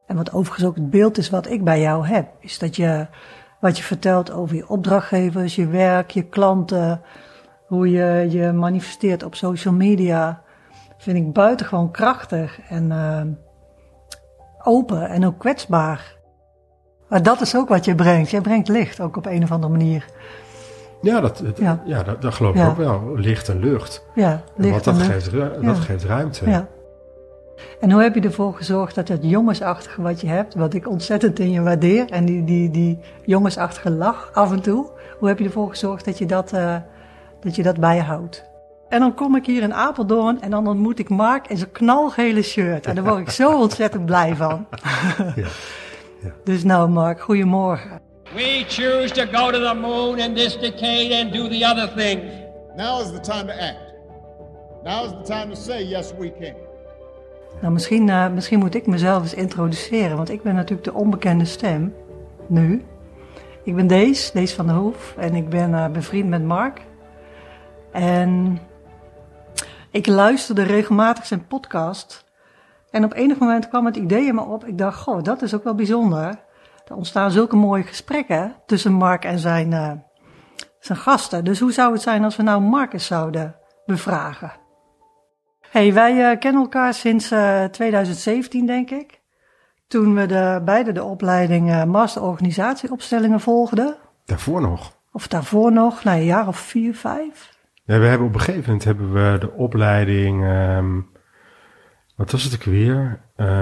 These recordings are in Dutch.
En wat overigens ook het beeld is wat ik bij jou heb, is dat je wat je vertelt over je opdrachtgevers, je werk, je klanten, hoe je je manifesteert op social media, vind ik buitengewoon krachtig en open en ook kwetsbaar. Maar dat is ook wat je brengt. Jij brengt licht, ook op een of andere manier. Ja, dat geloof ik ook wel. Licht en lucht. Ja, licht want en lucht. Dat geeft ruimte. Ja. En hoe heb je ervoor gezorgd dat het jongensachtige wat je hebt, wat ik ontzettend in je waardeer, en die jongensachtige lach af en toe, hoe heb je ervoor gezorgd dat je dat bijhoudt? En dan kom ik hier in Apeldoorn en dan ontmoet ik Mark in zijn knalgele shirt. En daar word ik zo ontzettend blij van. Ja. Ja. Dus nou Mark, goedemorgen. We choose to go to the moon in this decade and do the other things. Now is the time to act. Now is the time to say yes we can. Nou, misschien moet ik mezelf eens introduceren, want ik ben natuurlijk de onbekende stem, nu. Ik ben Dees van der Hoef en ik ben bevriend met Mark. En ik luisterde regelmatig zijn podcast en op enig moment kwam het idee in me op. Ik dacht, goh, dat is ook wel bijzonder. Er ontstaan zulke mooie gesprekken tussen Mark en zijn gasten. Dus hoe zou het zijn als we nou Mark eens zouden bevragen? Hey, wij kennen elkaar sinds 2017, denk ik. Toen we beide de opleiding Master Organisatieopstellingen volgden. Daarvoor nog? Of daarvoor nog, een jaar of 4, 5. Ja, we hebben op een gegeven moment de opleiding, wat was het ook weer?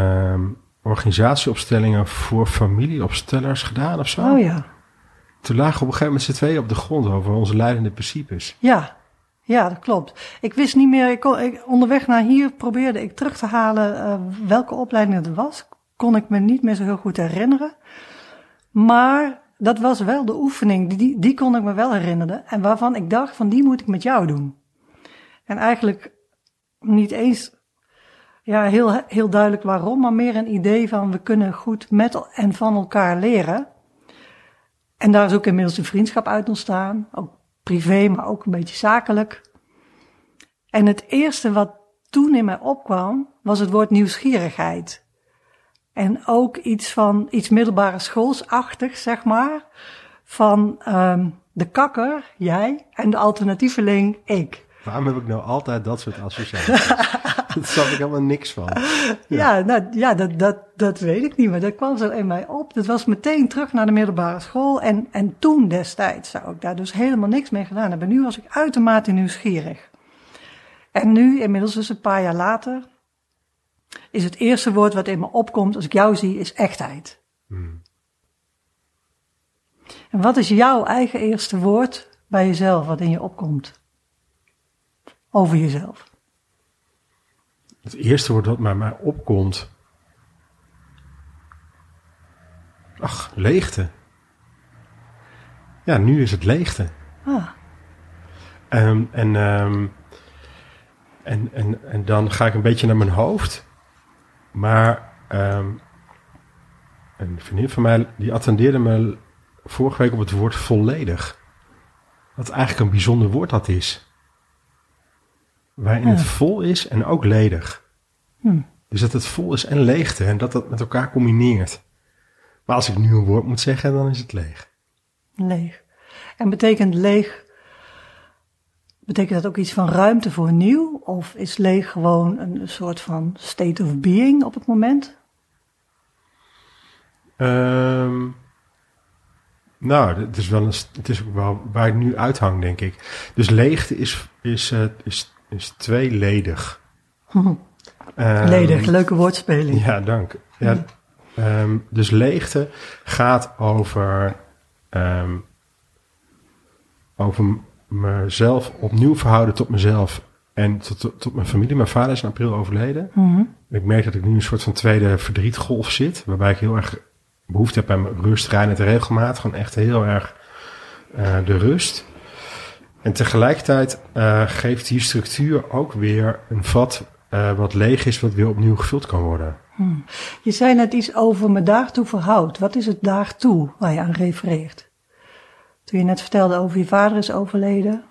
Organisatieopstellingen voor familieopstellers gedaan of zo. Oh ja. Toen lagen we op een gegeven moment z'n tweeën op de grond over onze leidende principes. Ja, dat klopt. Ik wist niet meer, onderweg naar hier probeerde ik terug te halen welke opleiding het was. Kon ik me niet meer zo heel goed herinneren. Maar dat was wel de oefening, die kon ik me wel herinneren. En waarvan ik dacht, van die moet ik met jou doen. En eigenlijk niet eens heel duidelijk waarom, maar meer een idee van we kunnen goed met en van elkaar leren. En daar is ook inmiddels een vriendschap uit ontstaan. Ook privé, maar ook een beetje zakelijk. En het eerste wat toen in mij opkwam, was het woord nieuwsgierigheid. En ook iets middelbare schoolsachtig, zeg maar. Van de kakker, jij, en de alternatieveling, ik. Waarom heb ik nou altijd dat soort associaties? Daar snap ik helemaal niks van. Dat weet ik niet, maar dat kwam zo in mij op. Dat was meteen terug naar de middelbare school. En toen destijds zou ik daar dus helemaal niks mee gedaan hebben. Nu was ik uitermate nieuwsgierig. En nu, inmiddels dus een paar jaar later, is het eerste woord wat in me opkomt als ik jou zie, is echtheid. En wat is jouw eigen eerste woord bij jezelf, wat in je opkomt? Over jezelf. Het eerste woord wat bij mij opkomt. Ach, leegte. Ja, nu is het leegte. En dan ga ik een beetje naar mijn hoofd. Maar een vriendin van mij, die attendeerde me vorige week op het woord volledig. Wat eigenlijk een bijzonder woord dat is. Waarin het vol is en ook ledig. Dus dat het vol is en leegte en dat met elkaar combineert. Maar als ik nu een woord moet zeggen, dan is het leeg. Leeg. En betekent leeg, betekent dat ook iets van ruimte voor nieuw? Of is leeg gewoon een soort van state of being op het moment? Nou, het is ook wel waar ik nu uithang, denk ik. Dus leegte is tweeledig. Ledig, leuke woordspeling. Ja, dank. Ja, dus leegte gaat over mezelf opnieuw verhouden tot mezelf en tot mijn familie. Mijn vader is in april overleden. Ik merk dat ik nu een soort van tweede verdrietgolf zit, waarbij ik heel erg behoefte heb aan rust, reinheid en regelmaat. Gewoon echt heel erg de rust. En tegelijkertijd geeft die structuur ook weer een vat wat leeg is, wat weer opnieuw gevuld kan worden. Je zei net iets over me daartoe verhoud. Wat is het daartoe waar je aan refereert? Toen je net vertelde over je vader is overleden.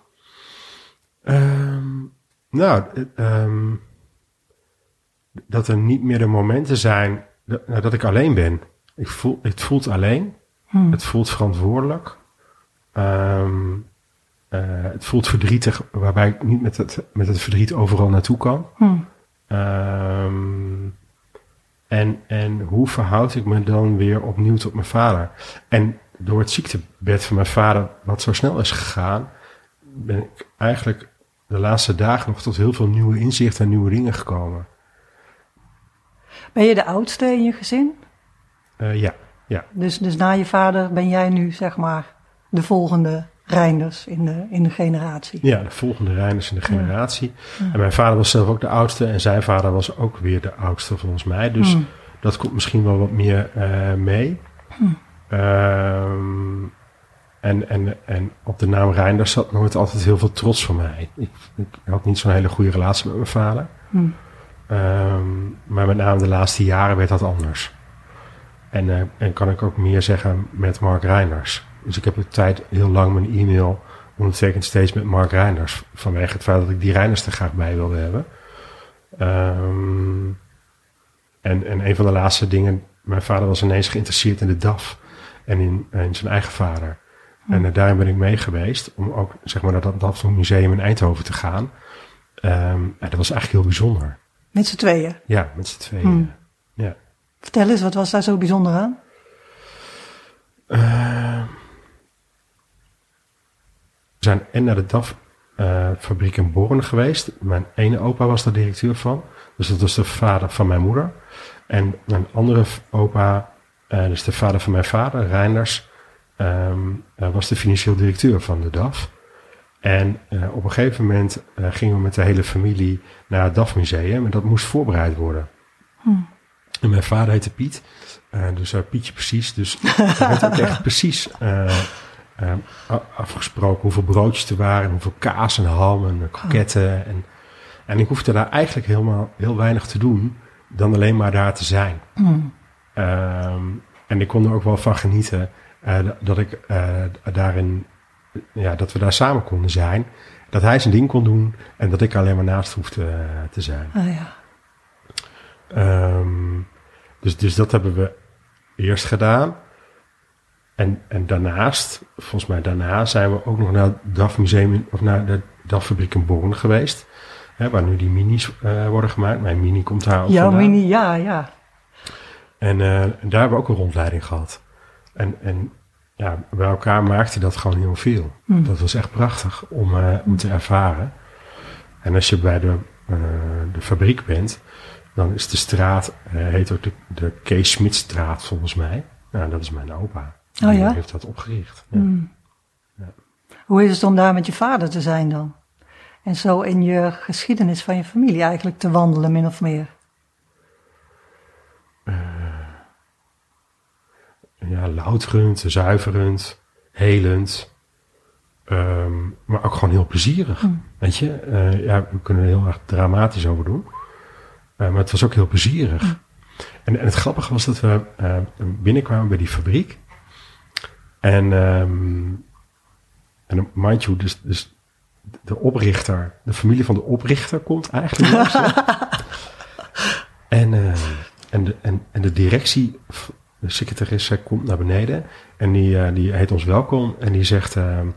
Dat er niet meer de momenten zijn dat ik alleen ben. Het voelt alleen. Het voelt verantwoordelijk. Het voelt verdrietig, waarbij ik niet met het verdriet overal naartoe kan. En hoe verhoud ik me dan weer opnieuw tot mijn vader? En door het ziektebed van mijn vader, wat zo snel is gegaan, ben ik eigenlijk de laatste dagen nog tot heel veel nieuwe inzichten en nieuwe dingen gekomen. Ben je de oudste in je gezin? Ja. Dus na je vader ben jij nu, zeg maar, de volgende Reinders in de generatie? Ja, de volgende Reinders in de generatie. Ja. En mijn vader was zelf ook de oudste en zijn vader was ook weer de oudste volgens mij. Dus dat komt misschien wel wat meer mee. En op de naam Reinders zat nooit altijd heel veel trots van mij. Ik had niet zo'n hele goede relatie met mijn vader. Maar met name de laatste jaren werd dat anders. En kan ik ook meer zeggen met Mark Reinders. Dus ik heb de tijd heel lang mijn e-mail ondertekend steeds met Mark Reinders. Vanwege het feit dat ik die Reinders er graag bij wilde hebben. En een van de laatste dingen, mijn vader was ineens geïnteresseerd in de DAF. En in zijn eigen vader. En daarin ben ik mee geweest om ook zeg maar naar dat DAF museum in Eindhoven te gaan. Dat was eigenlijk heel bijzonder. Met z'n tweeën? Ja, met z'n tweeën. Ja. Vertel eens, wat was daar zo bijzonder aan? We zijn naar de DAF-fabriek in Born geweest. Mijn ene opa was daar directeur van. Dus dat was de vader van mijn moeder. En mijn andere opa, dus de vader van mijn vader, Reinders, was de financieel directeur van de DAF. En op een gegeven moment gingen we met de hele familie naar het DAF-museum. En dat moest voorbereid worden. En mijn vader heette Piet. Dus Pietje precies. Dus er werd ook echt precies afgesproken hoeveel broodjes er waren. En hoeveel kaas en ham en kroketten. En ik hoefde daar eigenlijk heel weinig te doen. Dan alleen maar daar te zijn. En ik kon er ook wel van genieten. Dat ik daarin... Ja, dat we daar samen konden zijn. Dat hij zijn ding kon doen. En dat ik alleen maar naast hoefde te zijn. Dus dat hebben we eerst gedaan. En daarnaast, volgens mij daarna, zijn we ook nog naar het DAF museum of naar de DAF fabriek in Born geweest. Hè, waar nu die minis worden gemaakt. Mijn mini komt daar ook vandaan. Mini, ja. En daar hebben we ook een rondleiding gehad. En ja, bij elkaar maakte dat gewoon heel veel. Dat was echt prachtig om te ervaren. En als je bij de fabriek bent, dan is de straat, heet ook de Kees Smitstraat volgens mij. Nou, dat is mijn opa. Die heeft dat opgericht. Ja. Ja. Hoe is het om daar met je vader te zijn dan? En zo in je geschiedenis van je familie eigenlijk te wandelen, min of meer? Ja, louterend, zuiverend, helend. Maar ook gewoon heel plezierig. Weet je, we kunnen er heel erg dramatisch over doen. Maar het was ook heel plezierig. En het grappige was dat we binnenkwamen bij die fabriek. En mind you, dus de oprichter, de familie van de oprichter komt eigenlijk langs. En de directie, de secretaresse komt naar beneden. En die heet ons welkom. En die zegt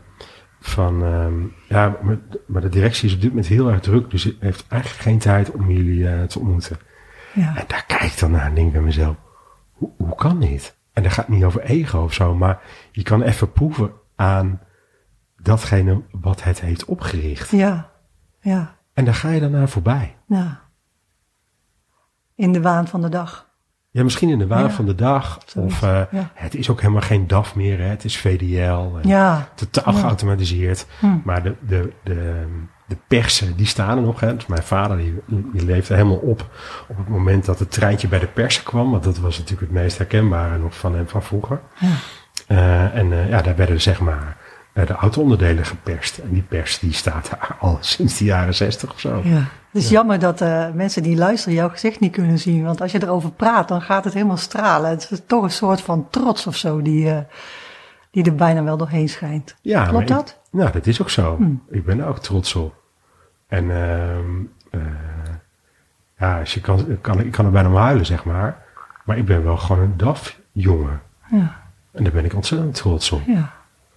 maar de directie is op dit moment heel erg druk. Dus heeft eigenlijk geen tijd om jullie te ontmoeten. Ja. En daar kijk ik dan naar en denk bij mezelf, hoe kan dit? En dat gaat niet over ego of zo, maar je kan even proeven aan datgene wat het heeft opgericht. Ja. En daar ga je dan naar voorbij. Ja. In de waan van de dag. Ja, misschien in de waan van de dag. Zoiets. Of het is ook helemaal geen DAF meer. Hè. Het is VDL. En totaal geautomatiseerd. Maar de persen, die staan er nog. Hè. Dus mijn vader die leefde helemaal op het moment dat het treintje bij de persen kwam. Want dat was natuurlijk het meest herkenbare nog van hem van vroeger. Ja. Daar werden zeg maar de auto-onderdelen geperst. En die pers die staat daar al sinds de jaren 60 of zo. Ja. Het is jammer dat mensen die luisteren jouw gezicht niet kunnen zien. Want als je erover praat, dan gaat het helemaal stralen. Het is toch een soort van trots of zo die er bijna wel doorheen schijnt. Ja, klopt dat? Nou, dat is ook zo. Ik ben er ook trots op. En als ik kan er bijna om huilen, zeg maar. Maar ik ben wel gewoon een DAF-jongen. Ja. En daar ben ik ontzettend trots op. Ja.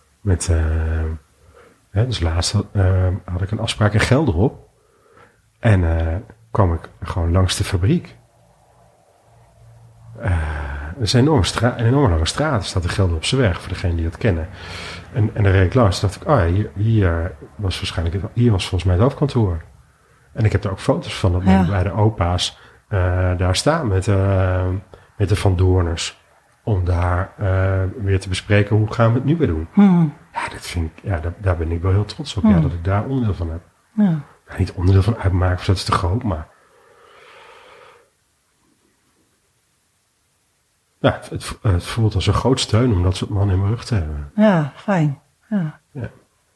Dus laatst had ik een afspraak in Gelderop. En kwam ik gewoon langs de fabriek. Het is een enorme lange straat. Er staat de Gelderopse weg, voor degenen die dat kennen. En daar reed ik langs. Toen dacht ik, hier was volgens mij het hoofdkantoor. En ik heb er ook foto's van dat mijn beide opa's daar staan met de Van Doorners. Om daar weer te bespreken hoe gaan we het nu weer doen. Ja, dat vind ik, daar ben ik wel heel trots op. Ja, dat ik daar onderdeel van heb. Ja. Niet onderdeel van uitmaken, dat is te groot, maar... Ja, het voelt als een groot steun om dat soort mannen in mijn rug te hebben. Ja, fijn. Ja. Ja.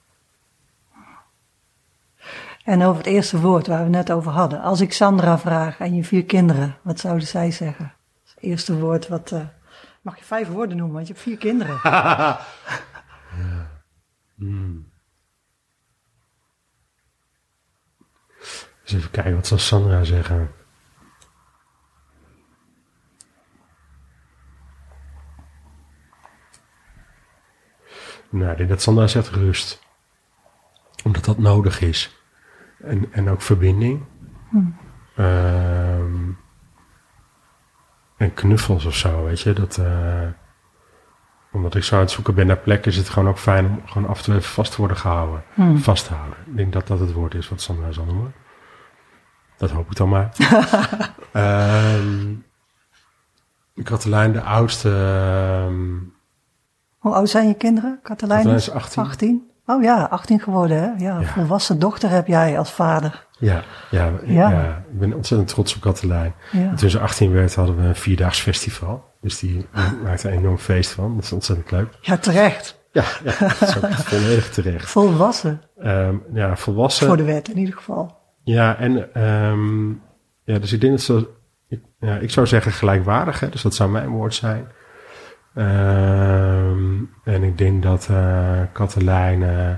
En over het eerste woord waar we net over hadden. Als ik Sandra vraag en je 4 kinderen, wat zouden zij zeggen? Het eerste woord wat... mag je 5 woorden noemen, want je hebt 4 kinderen. Ja. Dus even kijken, wat zal Sandra zeggen? Nou, ik denk dat Sandra zegt rust. Omdat dat nodig is. En ook verbinding. En knuffels of zo, weet je. Omdat ik zo aan het zoeken ben naar plekken, is het gewoon ook fijn om gewoon af en toe even vast te worden gehouden. Vasthouden. Ik denk dat dat het woord is wat Sandra zal noemen. Dat hoop ik dan maar. Katelijn, de oudste... Hoe oud zijn je kinderen? Katelijn is 18. 18? Oh ja, 18 geworden hè? Ja, Ja. volwassen dochter heb jij als vader. Ja, ik ben ontzettend trots op Katelijn. Ja. En toen ze 18 werd, hadden we een 4-daags festival. Dus die maakte een enorm feest van. Dat is ontzettend leuk. Ja, terecht. Ja, dat is ook volledig terecht. Volwassen. Volwassen. Voor de wet in ieder geval. Ja, en dus ik denk dat ze... ik zou zeggen gelijkwaardig, hè, dus dat zou mijn woord zijn. En ik denk dat Katelijn...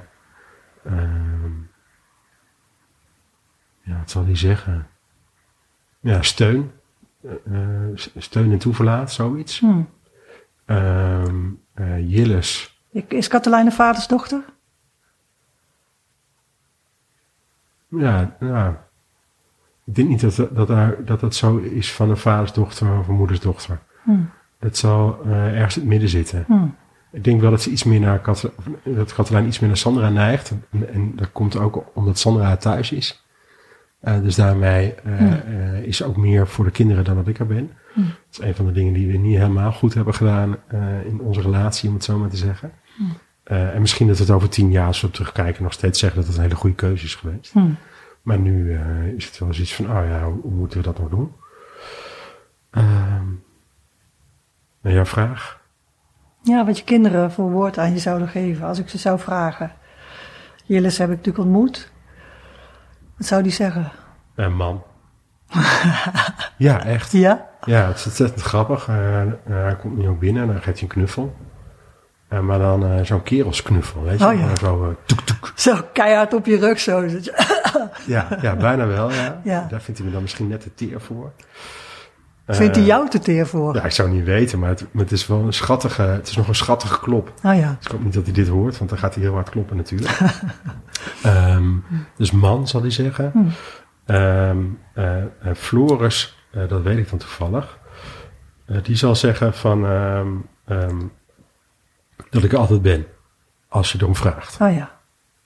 wat zal die zeggen? Ja, steun. Steun en toeverlaat, zoiets. Jilles. Is Katelijn een vadersdochter? Ja, ik denk niet dat zo is van een vadersdochter of een moedersdochter. Dat zal ergens in het midden zitten. Ik denk wel dat ze iets meer naar dat Katelijn iets meer naar Sandra neigt. En dat komt ook omdat Sandra thuis is. Dus daarmee is ze ook meer voor de kinderen dan dat ik er ben. Dat is een van de dingen die we niet helemaal goed hebben gedaan in onze relatie, om het zo maar te zeggen. En misschien dat we het over 10 jaar, als we terugkijken, nog steeds zeggen dat het een hele goede keuze is geweest. Maar nu is het wel eens iets van, hoe moeten we dat nog doen? Naar jouw vraag? Ja, wat je kinderen voor woord aan je zouden geven, als ik ze zou vragen. Jilles heb ik natuurlijk ontmoet. Wat zou die zeggen? Man. Ja, echt. Ja? Ja, het is ontzettend grappig. Hij komt nu ook binnen en dan geeft hij een knuffel. Maar dan zo'n kerelsknuffel, weet je. Oh ja. Zo toek toek. Zo keihard op je rug zo. Ja, bijna wel, ja. Ja. Daar vindt hij me dan misschien net te teer voor. Vindt hij jou te teer voor? Ja, ik zou niet weten, maar het is wel het is nog een schattige klop. Oh ja. Dus ik hoop niet dat hij dit hoort, want dan gaat hij heel hard kloppen natuurlijk. Dus man, zal hij zeggen. Floris, dat weet ik dan toevallig. Die zal zeggen van dat ik er altijd ben, als je erom vraagt. Oh ja.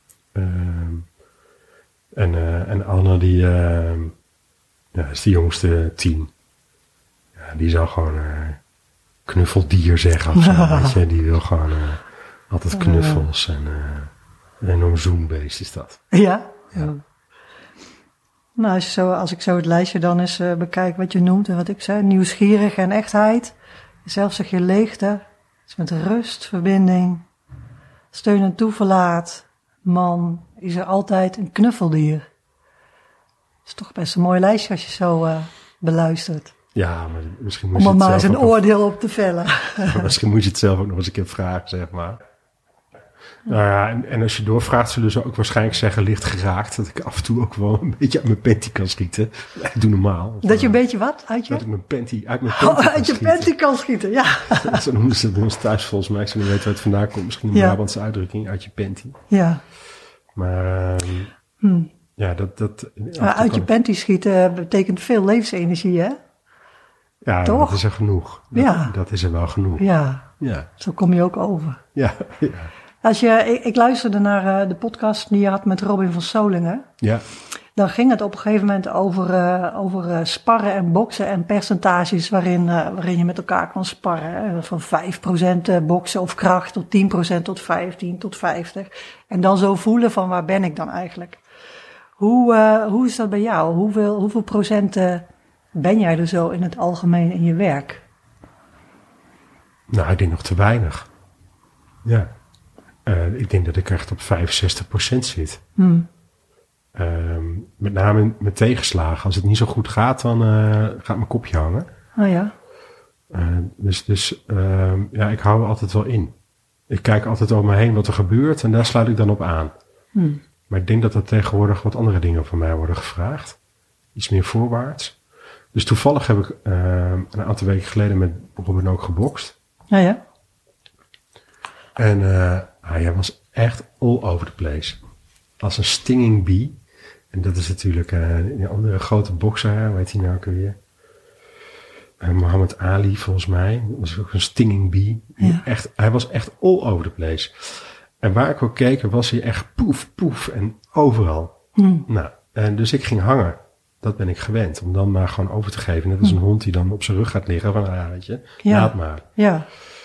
En Anne, die is de jongste 10. Ja, die zal gewoon knuffeldier zeggen of zo, weet je. Die wil gewoon altijd knuffels en een enorm zoombeest is dat. Ja? Ja. Nou, als ik zo het lijstje dan eens bekijk wat je noemt en wat ik zei, nieuwsgierig en echtheid. Zelfs zeg je leegte, is met rust, verbinding, steun en toeverlaat, man, is er altijd een knuffeldier. Dat is toch best een mooi lijstje als je zo beluistert. Ja, maar misschien moet om je er het maar zelf eens een oordeel op te vellen. Misschien moet je het zelf ook nog eens een keer vragen, zeg maar. Nou ja, en als je doorvraagt, zullen ze ook waarschijnlijk zeggen licht geraakt. Dat ik af en toe ook wel een beetje uit mijn panty kan schieten. Ik doe normaal. Dat je een beetje wat uit je? Dat ik uit mijn panty uit je panty kan schieten, ja. Zo noemen ze dat bij ons thuis volgens mij. Ik zou niet weten waar het vandaan komt. Misschien een Brabantse uitdrukking, uit je panty. Ja. Maar ja, uit je panty schieten betekent veel levensenergie, hè? Ja, toch? Dat is er genoeg. Dat is er wel genoeg. Ja. Zo kom je ook over. Ja. Ik luisterde naar de podcast die je had met Robin van Solingen. Ja. Dan ging het op een gegeven moment over sparren en boksen en percentages waarin je met elkaar kan sparren. Hè? Van 5% boksen of kracht tot 10% tot 15 tot 50. En dan zo voelen van waar ben ik dan eigenlijk? Hoe is dat bij jou? Hoeveel procent ben jij er zo in het algemeen in je werk? Nou, ik denk nog te weinig. Ja. Ik denk dat ik echt op 65% zit. Met name met tegenslagen. Als het niet zo goed gaat, dan gaat mijn kopje hangen. Oh ja. Dus ik hou er altijd wel in. Ik kijk altijd om me heen wat er gebeurt en daar sluit ik dan op aan. Maar ik denk dat er tegenwoordig wat andere dingen van mij worden gevraagd. Iets meer voorwaarts. Dus toevallig heb ik een aantal weken geleden met Robin ook gebokst. Ja. En hij was echt all over the place. Als een stinging bee. En dat is natuurlijk een andere grote bokser. Hoe heet hij nou ook weer? Muhammad Ali volgens mij. Dat was ook een stinging bee. Ja. Hij was echt all over the place. En waar ik ook keek, was hij echt poef en overal. Nou, en dus ik ging hangen. Dat ben ik gewend. Om dan maar gewoon over te geven. Net als een hond die dan op zijn rug gaat liggen. Van, weet je, laat maar. Ja.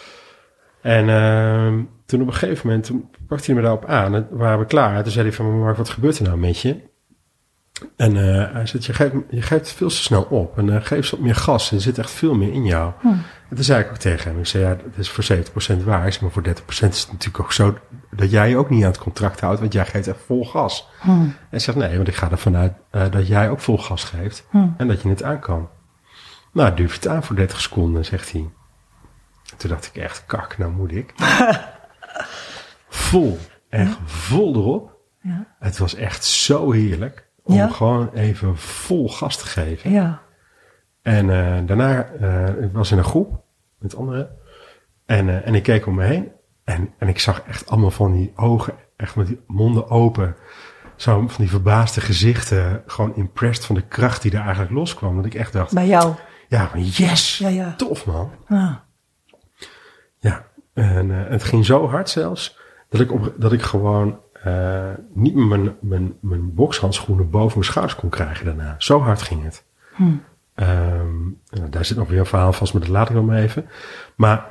En toen op een gegeven moment, toen pakte hij me daarop aan. En waren we klaar. En toen zei hij van, Mark, wat gebeurt er nou met je? En hij zei, je geeft veel te snel op. En geef eens wat meer gas. Er zit echt veel meer in jou. En toen zei ik ook tegen hem. Ik zei, ja, dat is voor 70% waar. Maar voor 30% is het natuurlijk ook zo dat jij je ook niet aan het contract houdt. Want jij geeft echt vol gas. En hij zegt, nee, want ik ga ervan uit dat jij ook vol gas geeft. En dat je het aan kan. Nou, durf je het aan voor 30 seconden, zegt hij. En toen dacht ik echt, kak, nou moet ik. Vol. Echt vol erop. Ja. Het was echt zo heerlijk. Om gewoon even vol gas te geven. Ja. En daarna, ik was in een groep met anderen. En ik keek om me heen. En ik zag echt allemaal van die ogen, echt met die monden open. Zo van die verbaasde gezichten. Gewoon impressed van de kracht die er eigenlijk loskwam. Dat ik echt dacht. Bij jou? Ja, van yes. Ja. Tof man. Ah. Ja. En het ging zo hard zelfs. Dat ik gewoon niet meer mijn bokshandschoenen boven mijn schouders kon krijgen daarna. Zo hard ging het. Daar zit nog weer een verhaal vast, maar dat laat ik nog maar even. Maar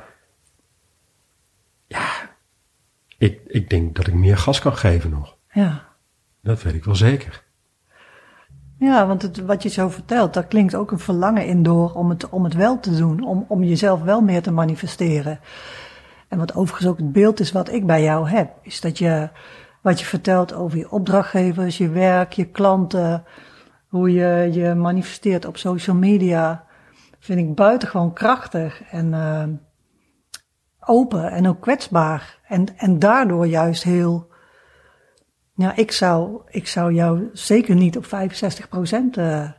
ja, ik denk dat ik meer gas kan geven nog. Ja. Dat weet ik wel zeker. Ja, want wat je zo vertelt, daar klinkt ook een verlangen in door om het wel te doen. Om jezelf wel meer te manifesteren. En wat overigens ook het beeld is wat ik bij jou heb. Is dat wat je vertelt over je opdrachtgevers, je werk, je klanten. Hoe je je manifesteert op social media. Vind ik buitengewoon krachtig en open en ook kwetsbaar. En daardoor juist heel. Ja, ik zou jou zeker niet op 65%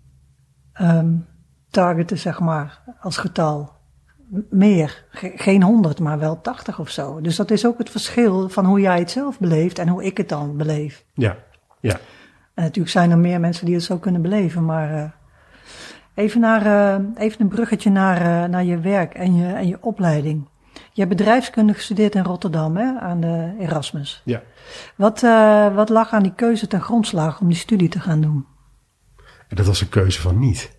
targeten, zeg maar, als getal. Meer. Geen 100, maar wel 80 of zo. Dus dat is ook het verschil van hoe jij het zelf beleeft en hoe ik het dan beleef. Ja. En natuurlijk zijn er meer mensen die het zo kunnen beleven, maar even een bruggetje naar je werk en je opleiding. Je hebt bedrijfskunde gestudeerd in Rotterdam, hè, aan de Erasmus. Ja. Wat lag aan die keuze ten grondslag om die studie te gaan doen? Dat was een keuze van niet.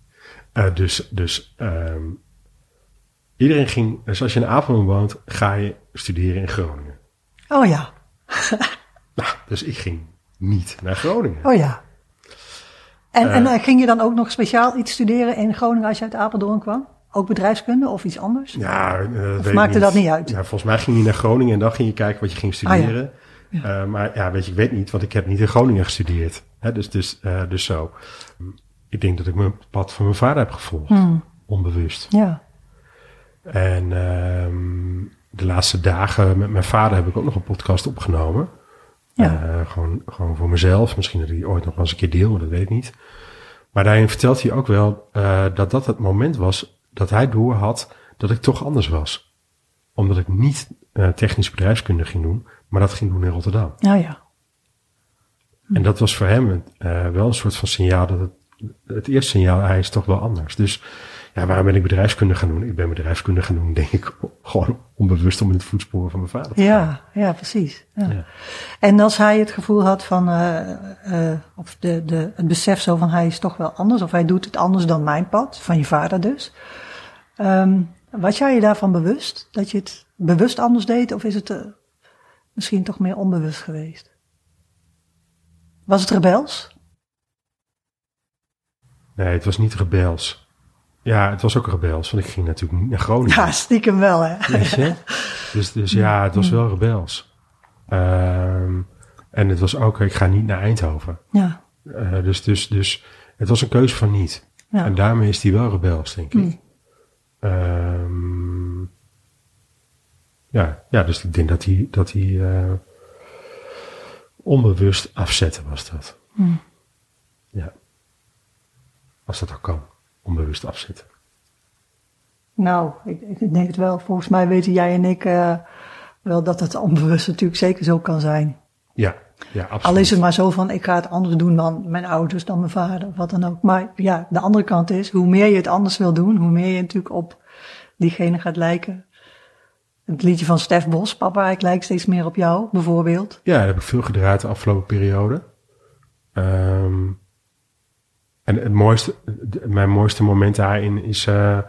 Iedereen ging, dus als je in Apeldoorn woont, ga je studeren in Groningen. Oh ja. Nou, dus ik ging niet naar Groningen. Oh ja. En ging je dan ook nog speciaal iets studeren in Groningen als je uit Apeldoorn kwam? Ook bedrijfskunde of iets anders? Ja, of maakte dat niet uit? Ja, volgens mij ging je naar Groningen en dan ging je kijken wat je ging studeren. Ah, ja. Maar ja, weet je, ik weet niet, want ik heb niet in Groningen gestudeerd. Hè, dus zo. Ik denk dat ik mijn pad van mijn vader heb gevolgd. Onbewust. Ja. En de laatste dagen met mijn vader heb ik ook nog een podcast opgenomen. Ja. Gewoon voor mezelf. Misschien dat ik die ooit nog wel eens een keer deel, maar dat weet ik niet. Maar daarin vertelt hij ook wel dat het moment was dat hij door had dat ik toch anders was. Omdat ik niet technische bedrijfskunde ging doen, maar dat ging doen in Rotterdam. Ja. En dat was voor hem wel een soort van signaal dat het eerste signaal, hij is toch wel anders. Dus ja, waarom ben ik bedrijfskunde gaan doen? Ik ben bedrijfskunde gaan doen, denk ik, gewoon onbewust om in het voetsporen van mijn vader te gaan. Ja, precies. Ja. Ja. En als hij het gevoel had van, of het besef zo van hij is toch wel anders, of hij doet het anders dan mijn pad, van je vader dus. Was jij je daarvan bewust? Dat je het bewust anders deed, of is het misschien toch meer onbewust geweest? Was het rebels? Nee, het was niet rebels. Ja, het was ook rebels, want ik ging natuurlijk niet naar Groningen. Ja, stiekem wel, hè? Weet je? Dus ja, het was wel rebels. En het was ook, ik ga niet naar Eindhoven. Ja. Dus het was een keuze van niet. Ja. En daarmee is hij wel rebels, denk ik. Ja, dus ik denk dat hij onbewust afzetten was dat. Ja. Als dat ook kan. Onbewust afzetten. Nou, ik denk het wel. Volgens mij weten jij en ik wel dat het onbewust natuurlijk zeker zo kan zijn. Ja, absoluut. Al is het maar zo van, ik ga het anders doen dan mijn ouders, dan mijn vader, wat dan ook. Maar ja, de andere kant is, hoe meer je het anders wil doen, hoe meer je natuurlijk op diegene gaat lijken. Het liedje van Stef Bos, papa, ik lijk steeds meer op jou, bijvoorbeeld. Ja, dat heb ik veel gedraaid de afgelopen periode. En mijn mooiste moment daarin is...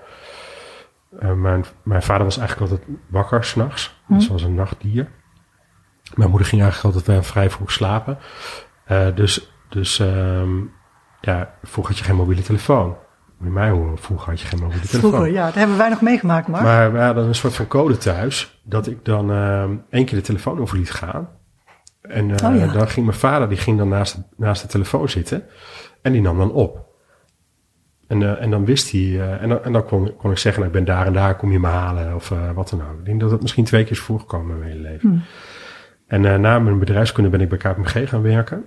mijn vader was eigenlijk altijd wakker 's nachts. Dus was een nachtdier. Mijn moeder ging eigenlijk altijd wel vrij vroeg slapen. Dus vroeger had je geen mobiele telefoon. Moet je mij horen, vroeger had je geen mobiele telefoon. Vroeger, ja, dat hebben wij nog meegemaakt, Mark. Maar we hadden een soort van code thuis, dat ik dan 1 keer de telefoon over liet gaan. En dan ging mijn vader, die ging dan naast de telefoon zitten. En die nam dan op. En dan wist hij, en dan kon ik zeggen, nou, ik ben daar en daar, kom je me halen, of wat dan ook. Ik denk dat het misschien 2 keer is voorgekomen in mijn hele leven. En na mijn bedrijfskunde ben ik bij KPMG gaan werken.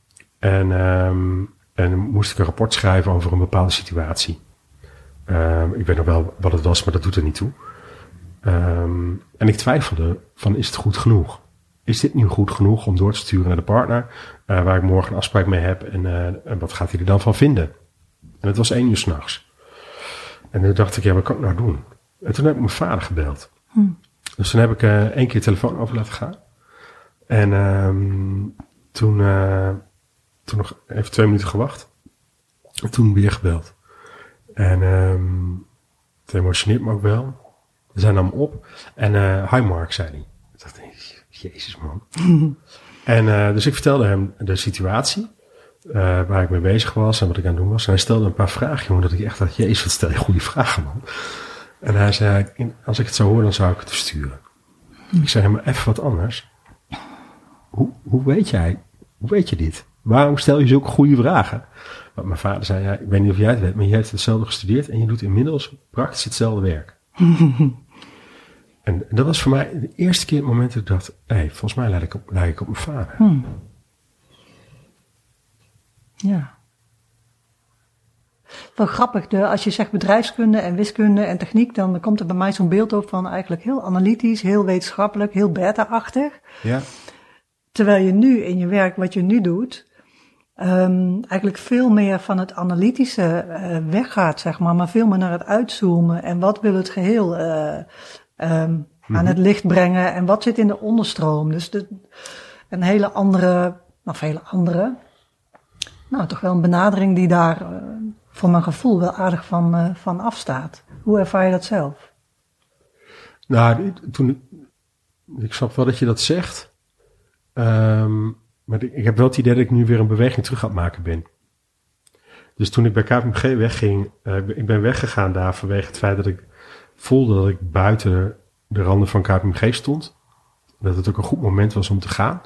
En moest ik een rapport schrijven over een bepaalde situatie. Ik weet nog wel wat het was, maar dat doet er niet toe. En ik twijfelde van, is het goed genoeg? Is dit nu goed genoeg om door te sturen naar de partner, waar ik morgen een afspraak mee heb, en wat gaat hij er dan van vinden? En het was 1 uur 's nachts. En toen dacht ik, ja, wat kan ik nou doen? En toen heb ik mijn vader gebeld. Dus toen heb ik 1 keer de telefoon over laten gaan. En toen nog even 2 minuten gewacht. En toen weer gebeld. En het emotioneert me ook wel. Zij nam op. En hi Mark, zei hij. Ik dacht, jezus man. En dus ik vertelde hem de situatie. Waar ik mee bezig was en wat ik aan het doen was. En hij stelde een paar vragen, jongen, dat ik echt dacht, jezus, wat stel je goede vragen, man. En hij zei, als ik het zou horen, dan zou ik het versturen. Ik zei, maar even wat anders. Hoe weet je dit? Waarom stel je zulke goede vragen? Want mijn vader zei, ja, ik weet niet of jij het weet, maar je hebt hetzelfde gestudeerd en je doet inmiddels praktisch hetzelfde werk. En dat was voor mij de eerste keer het moment dat ik dacht, volgens mij lijk ik op mijn vader. Ja. Wel grappig, als je zegt bedrijfskunde en wiskunde en techniek, dan komt er bij mij zo'n beeld op van eigenlijk heel analytisch, heel wetenschappelijk, heel beta-achtig. Ja. Terwijl je nu in je werk, wat je nu doet, eigenlijk veel meer van het analytische weggaat, zeg maar veel meer naar het uitzoomen. En wat wil het geheel aan het licht brengen en wat zit in de onderstroom. Dus een hele andere, toch wel een benadering die daar voor mijn gevoel wel aardig van afstaat. Hoe ervaar je dat zelf? Nou, ik snap wel dat je dat zegt. Maar ik heb wel het idee dat ik nu weer een beweging terug aan het maken ben. Dus toen ik bij KPMG wegging, ik ben weggegaan daar vanwege het feit dat ik voelde dat ik buiten de randen van KPMG stond. Dat het ook een goed moment was om te gaan.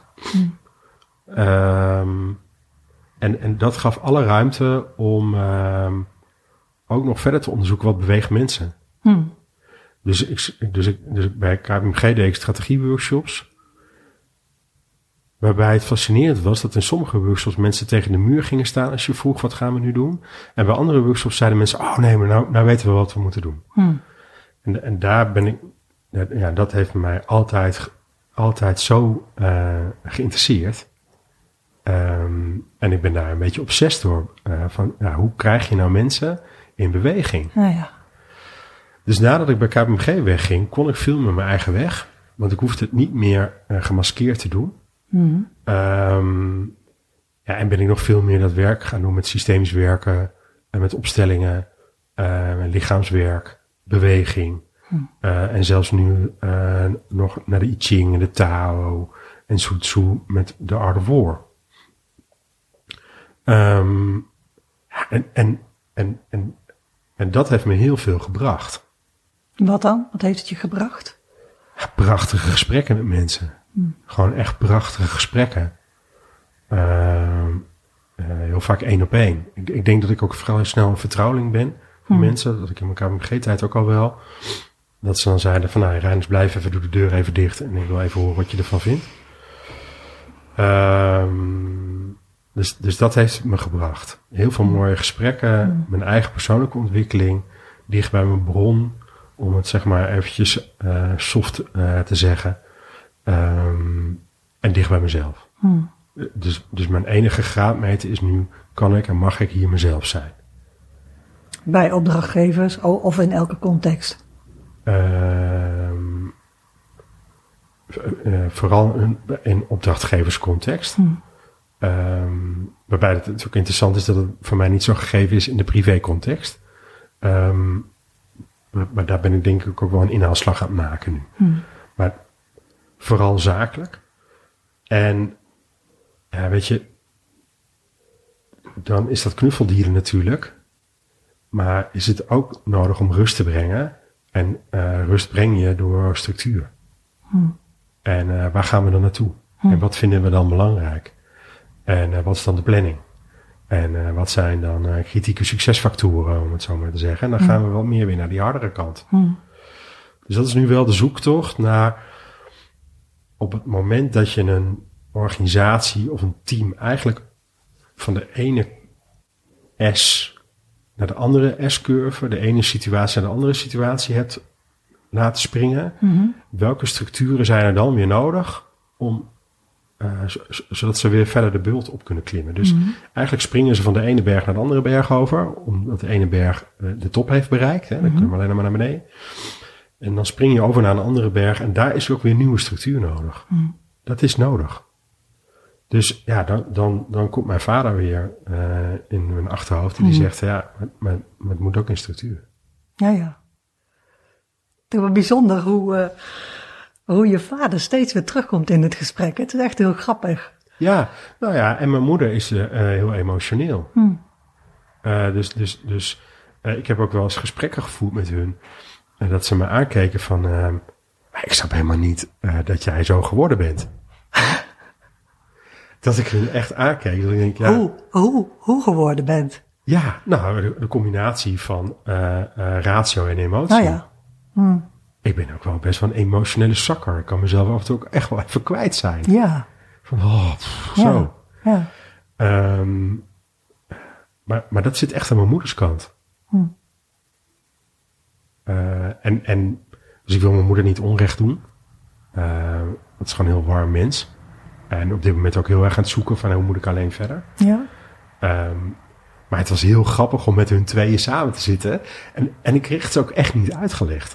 En dat gaf alle ruimte om ook nog verder te onderzoeken wat beweegt mensen. Dus bij KPMG deed ik strategieworkshops. Waarbij het fascinerend was dat in sommige workshops mensen tegen de muur gingen staan als je vroeg wat gaan we nu doen. En bij andere workshops zeiden mensen, oh nee, maar nou weten we wat we moeten doen. En daar ben ik, dat heeft mij altijd zo geïnteresseerd. En ik ben daar een beetje obsessief door. Hoe krijg je nou mensen in beweging? Ja. Dus nadat ik bij KPMG wegging, kon ik veel met mijn eigen weg. Want ik hoefde het niet meer gemaskeerd te doen. En ben ik nog veel meer dat werk gaan doen met systemisch werken. Met opstellingen, lichaamswerk, beweging. En zelfs nu nog naar de I Ching en de Tao en Sun Tzu met de Art of War. En dat heeft me heel veel gebracht. Wat dan? Wat heeft het je gebracht? Prachtige gesprekken met mensen. Gewoon echt prachtige gesprekken. Heel vaak 1 op 1. Ik denk dat ik ook vrij snel een vertrouweling ben voor mensen. Dat ik in mijn KPMG-tijd ook al wel. Dat ze dan zeiden van, Reiners, blijf even, doe de deur even dicht. En ik wil even horen wat je ervan vindt. Dus dat heeft me gebracht. Heel veel mooie gesprekken. Mijn eigen persoonlijke ontwikkeling. Dicht bij mijn bron. Om het zeg maar eventjes soft te zeggen. En dicht bij mezelf. Dus mijn enige graadmeter is nu, kan ik en mag ik hier mezelf zijn? Bij opdrachtgevers of in elke context? Vooral in opdrachtgeverscontext. Waarbij het natuurlijk interessant is dat het voor mij niet zo gegeven is in de privécontext. Maar daar ben ik denk ik ook wel een inhaalslag aan het maken nu. Maar vooral zakelijk. En weet je, dan is dat knuffeldieren natuurlijk. Maar is het ook nodig om rust te brengen? En rust breng je door structuur. En waar gaan we dan naartoe? En wat vinden we dan belangrijk? En wat is dan de planning? En wat zijn dan kritieke succesfactoren, om het zo maar te zeggen. En dan gaan we wat meer weer naar die hardere kant. Dus dat is nu wel de zoektocht naar, op het moment dat je een organisatie of een team eigenlijk van de ene S naar de andere S-curve, de ene situatie naar de andere situatie hebt laten springen. Welke structuren zijn er dan weer nodig om zodat ze weer verder de bult op kunnen klimmen. Dus eigenlijk springen ze van de ene berg naar de andere berg over, omdat de ene berg de top heeft bereikt. Hè, dan kunnen we alleen nog maar naar beneden. En dan spring je over naar een andere berg en daar is ook weer nieuwe structuur nodig. Dat is nodig. Dus ja, dan komt mijn vader weer in mijn achterhoofd en die zegt, maar het moet ook in structuur. Ja. Het is wel bijzonder hoe je vader steeds weer terugkomt in het gesprek. Het is echt heel grappig. Ja, nou ja, en mijn moeder is heel emotioneel. Dus ik heb ook wel eens gesprekken gevoerd met hun. Dat ze me aankeken van, ik snap helemaal niet dat jij zo geworden bent. Dat ik hun echt aankeek. Dat ik denk, Hoe geworden bent? Ja, nou, de combinatie van ratio en emotie. Nou ja. Ik ben ook wel best wel een emotionele zakker. Ik kan mezelf af en toe ook echt wel even kwijt zijn. Ja. Van, zo. Ja. Maar dat zit echt aan mijn moeders kant. Dus ik wil mijn moeder niet onrecht doen. Dat is gewoon een heel warm mens. En op dit moment ook heel erg aan het zoeken van hoe moet ik alleen verder. Ja. Maar het was heel grappig om met hun tweeën samen te zitten. En ik kreeg het ook echt niet uitgelegd.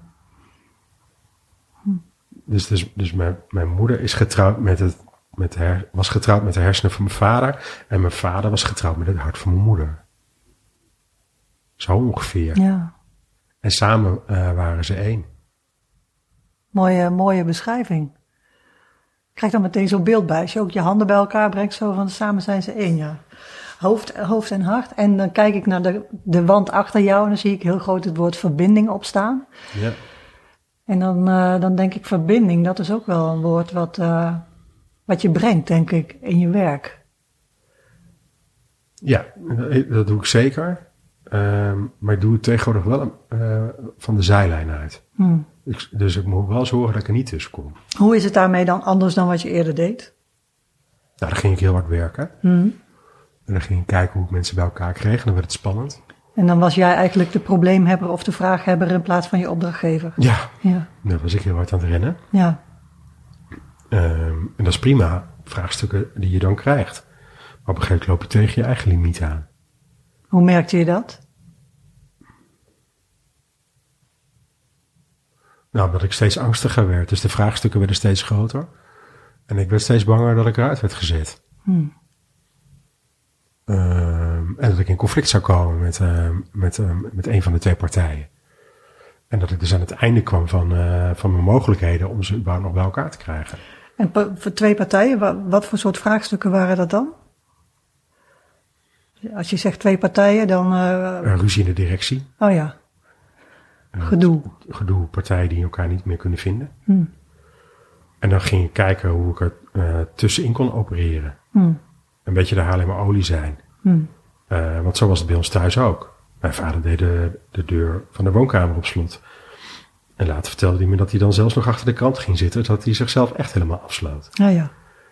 Dus mijn moeder is getrouwd was getrouwd met de hersenen van mijn vader. En mijn vader was getrouwd met het hart van mijn moeder. Zo ongeveer. Ja. En samen waren ze één. Mooie beschrijving. Ik krijg dan meteen zo'n beeld bij. Als je ook je handen bij elkaar brengt, zo van samen zijn ze één, ja. Hoofd en hart. En dan kijk ik naar de wand achter jou en dan zie ik heel groot het woord verbinding opstaan. Ja. En dan denk ik verbinding, dat is ook wel een woord wat je brengt, denk ik, in je werk. Ja, dat doe ik zeker. Maar ik doe het tegenwoordig wel van de zijlijn uit. Dus ik moet wel zorgen dat ik er niet tussen kom. Hoe is het daarmee dan anders dan wat je eerder deed? Nou, dan ging ik heel hard werken. En dan ging ik kijken hoe ik mensen bij elkaar kreeg. En dan werd het spannend. En dan was jij eigenlijk de probleemhebber of de vraaghebber in plaats van je opdrachtgever. Ja, Ja. dan was ik heel hard aan het rennen. Ja. En dat is prima, vraagstukken die je dan krijgt. Maar op een gegeven moment loop je tegen je eigen limiet aan. Hoe merkte je dat? Nou, dat ik steeds angstiger werd. Dus de vraagstukken werden steeds groter. En ik werd steeds banger dat ik eruit werd gezet. En dat ik in conflict zou komen met een van de twee partijen. En dat ik dus aan het einde kwam van mijn mogelijkheden om ze überhaupt nog bij elkaar te krijgen. En voor twee partijen, wat voor soort vraagstukken waren dat dan? Als je zegt twee partijen, dan... Ruzie in de directie. Oh ja. Gedoe. Gedoe, partijen die elkaar niet meer kunnen vinden. En dan ging ik kijken hoe ik er tussenin kon opereren. Een beetje de Haarlemmer olie zijn. Want zo was het bij ons thuis ook. Mijn vader deed de deur van de woonkamer op slot. En later vertelde hij me dat hij dan zelfs nog achter de krant ging zitten. Dat hij zichzelf echt helemaal afsloot. Oh ja.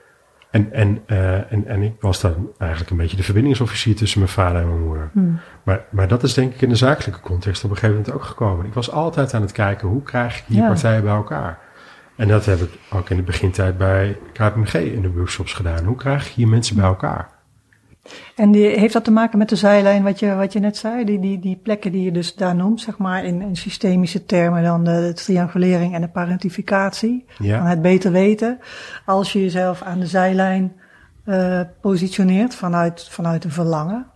En ik was dan eigenlijk een beetje de verbindingsofficier tussen mijn vader en mijn moeder. Maar dat is denk ik in de zakelijke context op een gegeven moment ook gekomen. Ik was altijd aan het kijken, hoe krijg ik die partijen bij elkaar? En dat heb ik ook in de begintijd bij KPMG in de workshops gedaan. Hoe krijg je hier mensen bij elkaar? En heeft dat te maken met de zijlijn wat je net zei? Die plekken die je dus daar noemt, zeg maar in systemische termen dan de triangulering en de parentificatie. Ja. Van het beter weten. Als je jezelf aan de zijlijn positioneert vanuit een verlangen.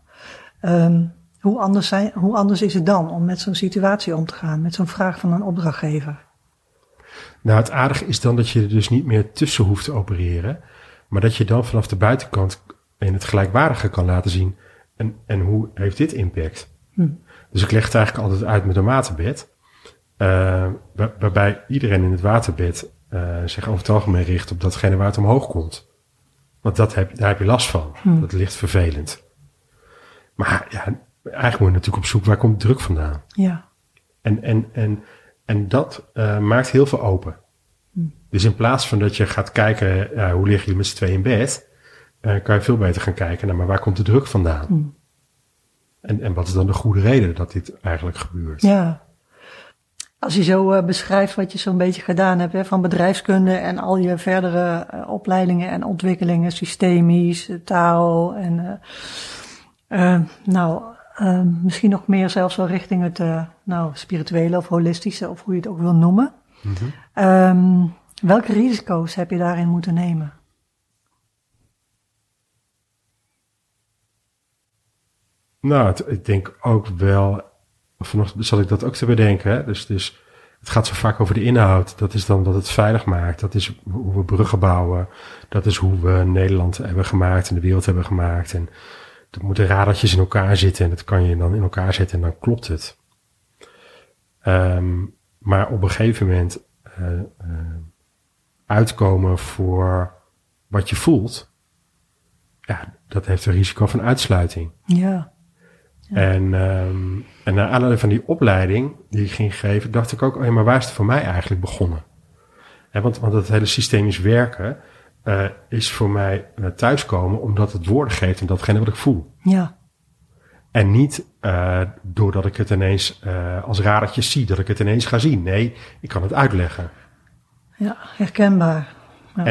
Hoe anders is het dan om met zo'n situatie om te gaan? Met zo'n vraag van een opdrachtgever? Nou, het aardige is dan dat je er dus niet meer tussen hoeft te opereren. Maar dat je dan vanaf de buitenkant in het gelijkwaardige kan laten zien. En hoe heeft dit impact? Dus ik leg het eigenlijk altijd uit met een waterbed. Waarbij iedereen in het waterbed zich over het algemeen richt op datgene waar het omhoog komt. Want daar heb je last van. Dat ligt vervelend. Maar ja, eigenlijk moet je natuurlijk op zoek, waar komt druk vandaan? Ja. En dat maakt heel veel open. Dus in plaats van dat je gaat kijken, hoe liggen jullie met z'n tweeën in bed, kan je veel beter gaan kijken naar, maar waar komt de druk vandaan? En wat is dan de goede reden dat dit eigenlijk gebeurt? Ja. Als je zo beschrijft wat je zo'n beetje gedaan hebt, van bedrijfskunde en al je verdere opleidingen en ontwikkelingen, systemisch, taal en misschien nog meer zelfs wel richting het spirituele of holistische, of hoe je het ook wil noemen. Welke risico's heb je daarin moeten nemen? Nou, ik denk ook wel, vanochtend zat ik dat ook te bedenken. Hè? Dus het gaat zo vaak over de inhoud. Dat is dan wat het veilig maakt. Dat is hoe we bruggen bouwen. Dat is hoe we Nederland hebben gemaakt en de wereld hebben gemaakt. En dat moeten radertjes in elkaar zitten en dat kan je dan in elkaar zetten en dan klopt het. Maar op een gegeven moment uitkomen voor wat je voelt, ja, dat heeft een risico van uitsluiting. Ja. En naar aanleiding van die opleiding die ik ging geven, dacht ik ook, maar waar is het voor mij eigenlijk begonnen? Want het hele systemisch werken is voor mij thuiskomen omdat het woorden geeft en datgene wat ik voel. Ja. En niet doordat ik het ineens als radertjes zie, dat ik het ineens ga zien. Nee, ik kan het uitleggen. Ja, herkenbaar. Ja.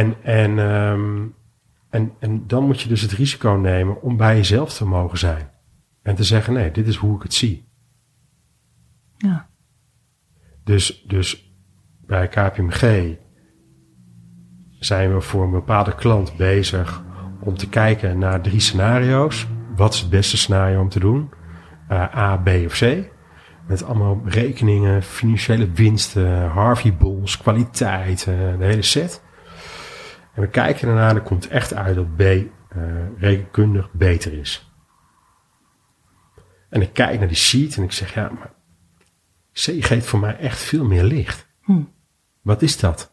En dan moet je dus het risico nemen om bij jezelf te mogen zijn. En te zeggen, nee, dit is hoe ik het zie. Ja. Dus bij KPMG zijn we voor een bepaalde klant bezig om te kijken naar 3 scenario's. Wat is het beste scenario om te doen? A, B of C. Met allemaal rekeningen, financiële winsten, Harvey-bonds, kwaliteit, de hele set. En we kijken ernaar en er komt echt uit dat B rekenkundig beter is. En ik kijk naar die sheet en ik zeg, ja, maar C geeft voor mij echt veel meer licht. Wat is dat?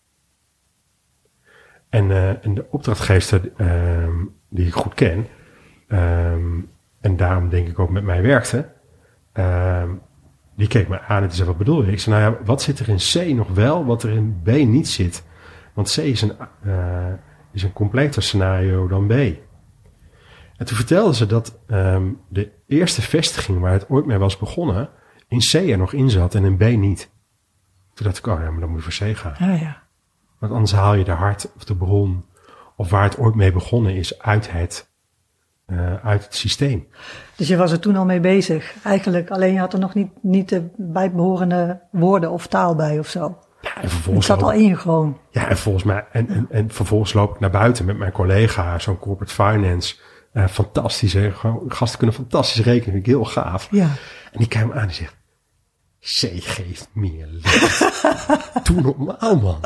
En de opdrachtgever die ik goed ken, en daarom denk ik ook met mij werkte, Die keek me aan en die zei, wat bedoel je? Ik zei, nou ja, wat zit er in C nog wel, wat er in B niet zit? Want C is een completer scenario dan B. En toen vertelde ze dat de eerste vestiging waar het ooit mee was begonnen, in C er nog in zat en in B niet. Toen dacht ik, oh ja, maar dan moet je voor C gaan. Ja. Want anders haal je de hart of de bron, of waar het ooit mee begonnen is, uit het systeem. Dus je was er toen al mee bezig, eigenlijk. Alleen je had er nog niet de bijbehorende woorden of taal bij of zo. Ja, en vervolgens het zat al in je gewoon. Ja, en volgens mij, en vervolgens loop ik naar buiten met mijn collega, zo'n corporate finance. Fantastisch, hè? Gewoon, gasten kunnen fantastisch rekenen, vind ik heel gaaf. Ja. En die kijkt me aan en zegt, C geeft meer licht. Doe normaal, man.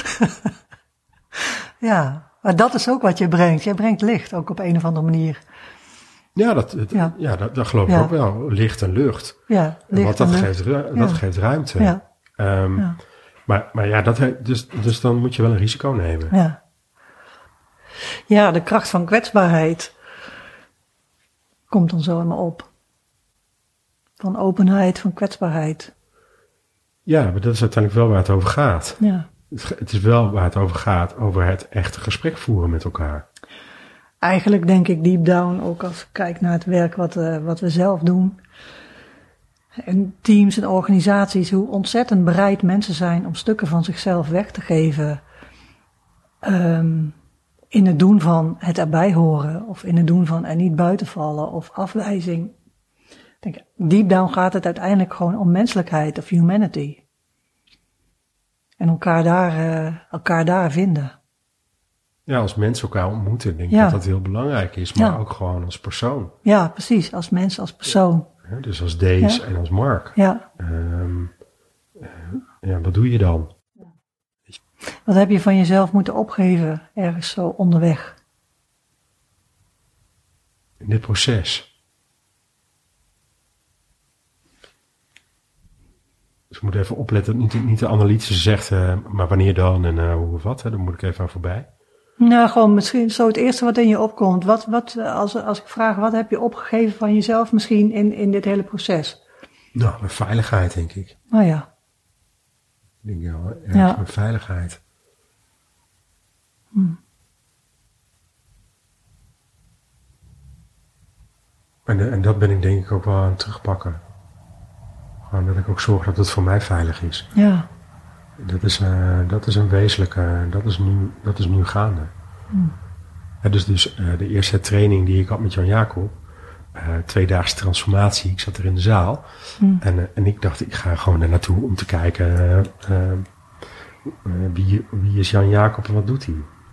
Ja, maar dat is ook wat je brengt. Jij brengt licht, ook op een of andere manier. Ja, dat geloof ik ook wel. Licht en lucht. Ja, licht want dat geeft ruimte. Ja. Maar ja, dus dan moet je wel een risico nemen. Ja, de kracht van kwetsbaarheid komt dan zo in me op. Van openheid, van kwetsbaarheid. Ja, maar dat is uiteindelijk wel waar het over gaat. Ja. Het is wel waar het over gaat, over het echte gesprek voeren met elkaar. Eigenlijk denk ik deep down, ook als ik kijk naar het werk wat we zelf doen. En teams en organisaties, hoe ontzettend bereid mensen zijn om stukken van zichzelf weg te geven. In het doen van het erbij horen. Of in het doen van er niet buiten vallen of afwijzing. Ik denk, deep down gaat het uiteindelijk gewoon om menselijkheid of humanity. En elkaar daar vinden. Ja, als mensen elkaar ontmoeten, denk ik dat dat heel belangrijk is. Maar ook gewoon als persoon. Ja, precies. Als mens, als persoon. Ja, dus als Dees en als Mark. Ja. Wat doe je dan? Wat heb je van jezelf moeten opgeven ergens zo onderweg? In dit proces. Dus ik moet even opletten dat niet de analytische zegt, maar wanneer dan en hoe of wat. Daar moet ik even aan voorbij. Nou, gewoon misschien zo het eerste wat in je opkomt. Als ik vraag, wat heb je opgegeven van jezelf misschien in dit hele proces? Nou, mijn veiligheid, denk ik. Nou ja. Ik denk wel, ergens mijn veiligheid. En dat ben ik denk ik ook wel aan het terugpakken. Gewoon dat ik ook zorg dat het voor mij veilig is. Ja. Dat is een wezenlijke, dat is nu gaande. Dus de eerste training die ik had met Jan Jacob, 2-daagse transformatie, ik zat er in de zaal. En ik dacht, ik ga gewoon er naartoe om te kijken, wie is Jan Jacob en wat doet hij?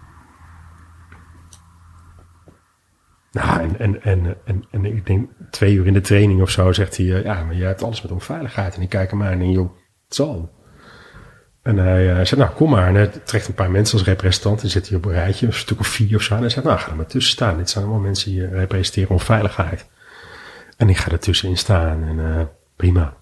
Nou, en ik denk 2 uur in de training of zo zegt hij, ja, maar jij hebt alles met onveiligheid. En ik kijk hem aan en denk, joh, het zal. En hij zegt, nou, kom maar. En hij trekt een paar mensen als representant. En zit hij op een rijtje, een stuk of 4 of zo. En hij zegt, nou, ga er maar tussen staan. Dit zijn allemaal mensen die representeren onveiligheid. En ik ga er tussenin staan. En prima.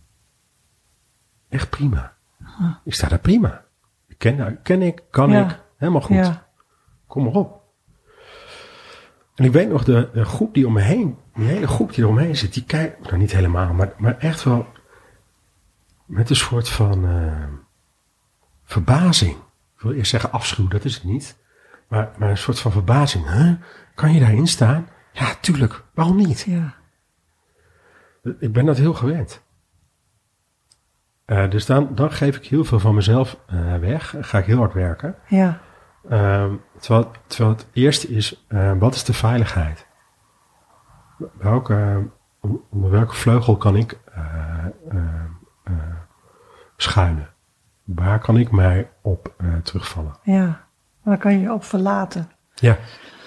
Echt prima. Ik sta daar prima. Kan ik. Helemaal goed. Ja. Kom maar op. En ik weet nog, de groep die om me heen, die hele groep die er omheen zit, die kijkt, nou niet helemaal, maar echt wel met een soort van verbazing. Ik wil eerst zeggen afschuw, dat is het niet. Maar een soort van verbazing. Huh? Kan je daarin staan? Ja, tuurlijk. Waarom niet? Ja. Ik ben dat heel gewend. Dus dan geef ik heel veel van mezelf weg. Ga ik heel hard werken. Ja. Terwijl het eerste is, wat is de veiligheid? Onder welke vleugel kan ik schuilen? Waar kan ik mij op terugvallen? Ja, waar kan je je op verlaten? Ja.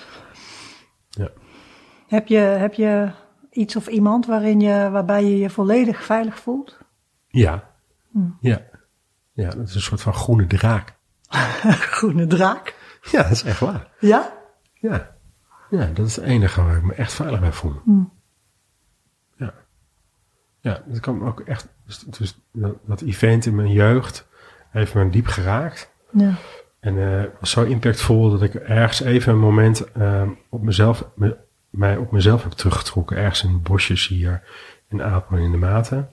Heb je iets of iemand waarbij je je volledig veilig voelt? Ja. Ja, dat is een soort van groene draak. Groene draak? Ja, dat is echt waar. Ja? Ja, dat is het enige waar ik me echt veilig bij voel. Ja, dat kan ook echt. Dus dat event in mijn jeugd heeft me diep geraakt. Ja. En was zo impactvol dat ik ergens even een moment mij op mezelf heb teruggetrokken. Ergens in bosjes hier in Apeldoorn in de Maten.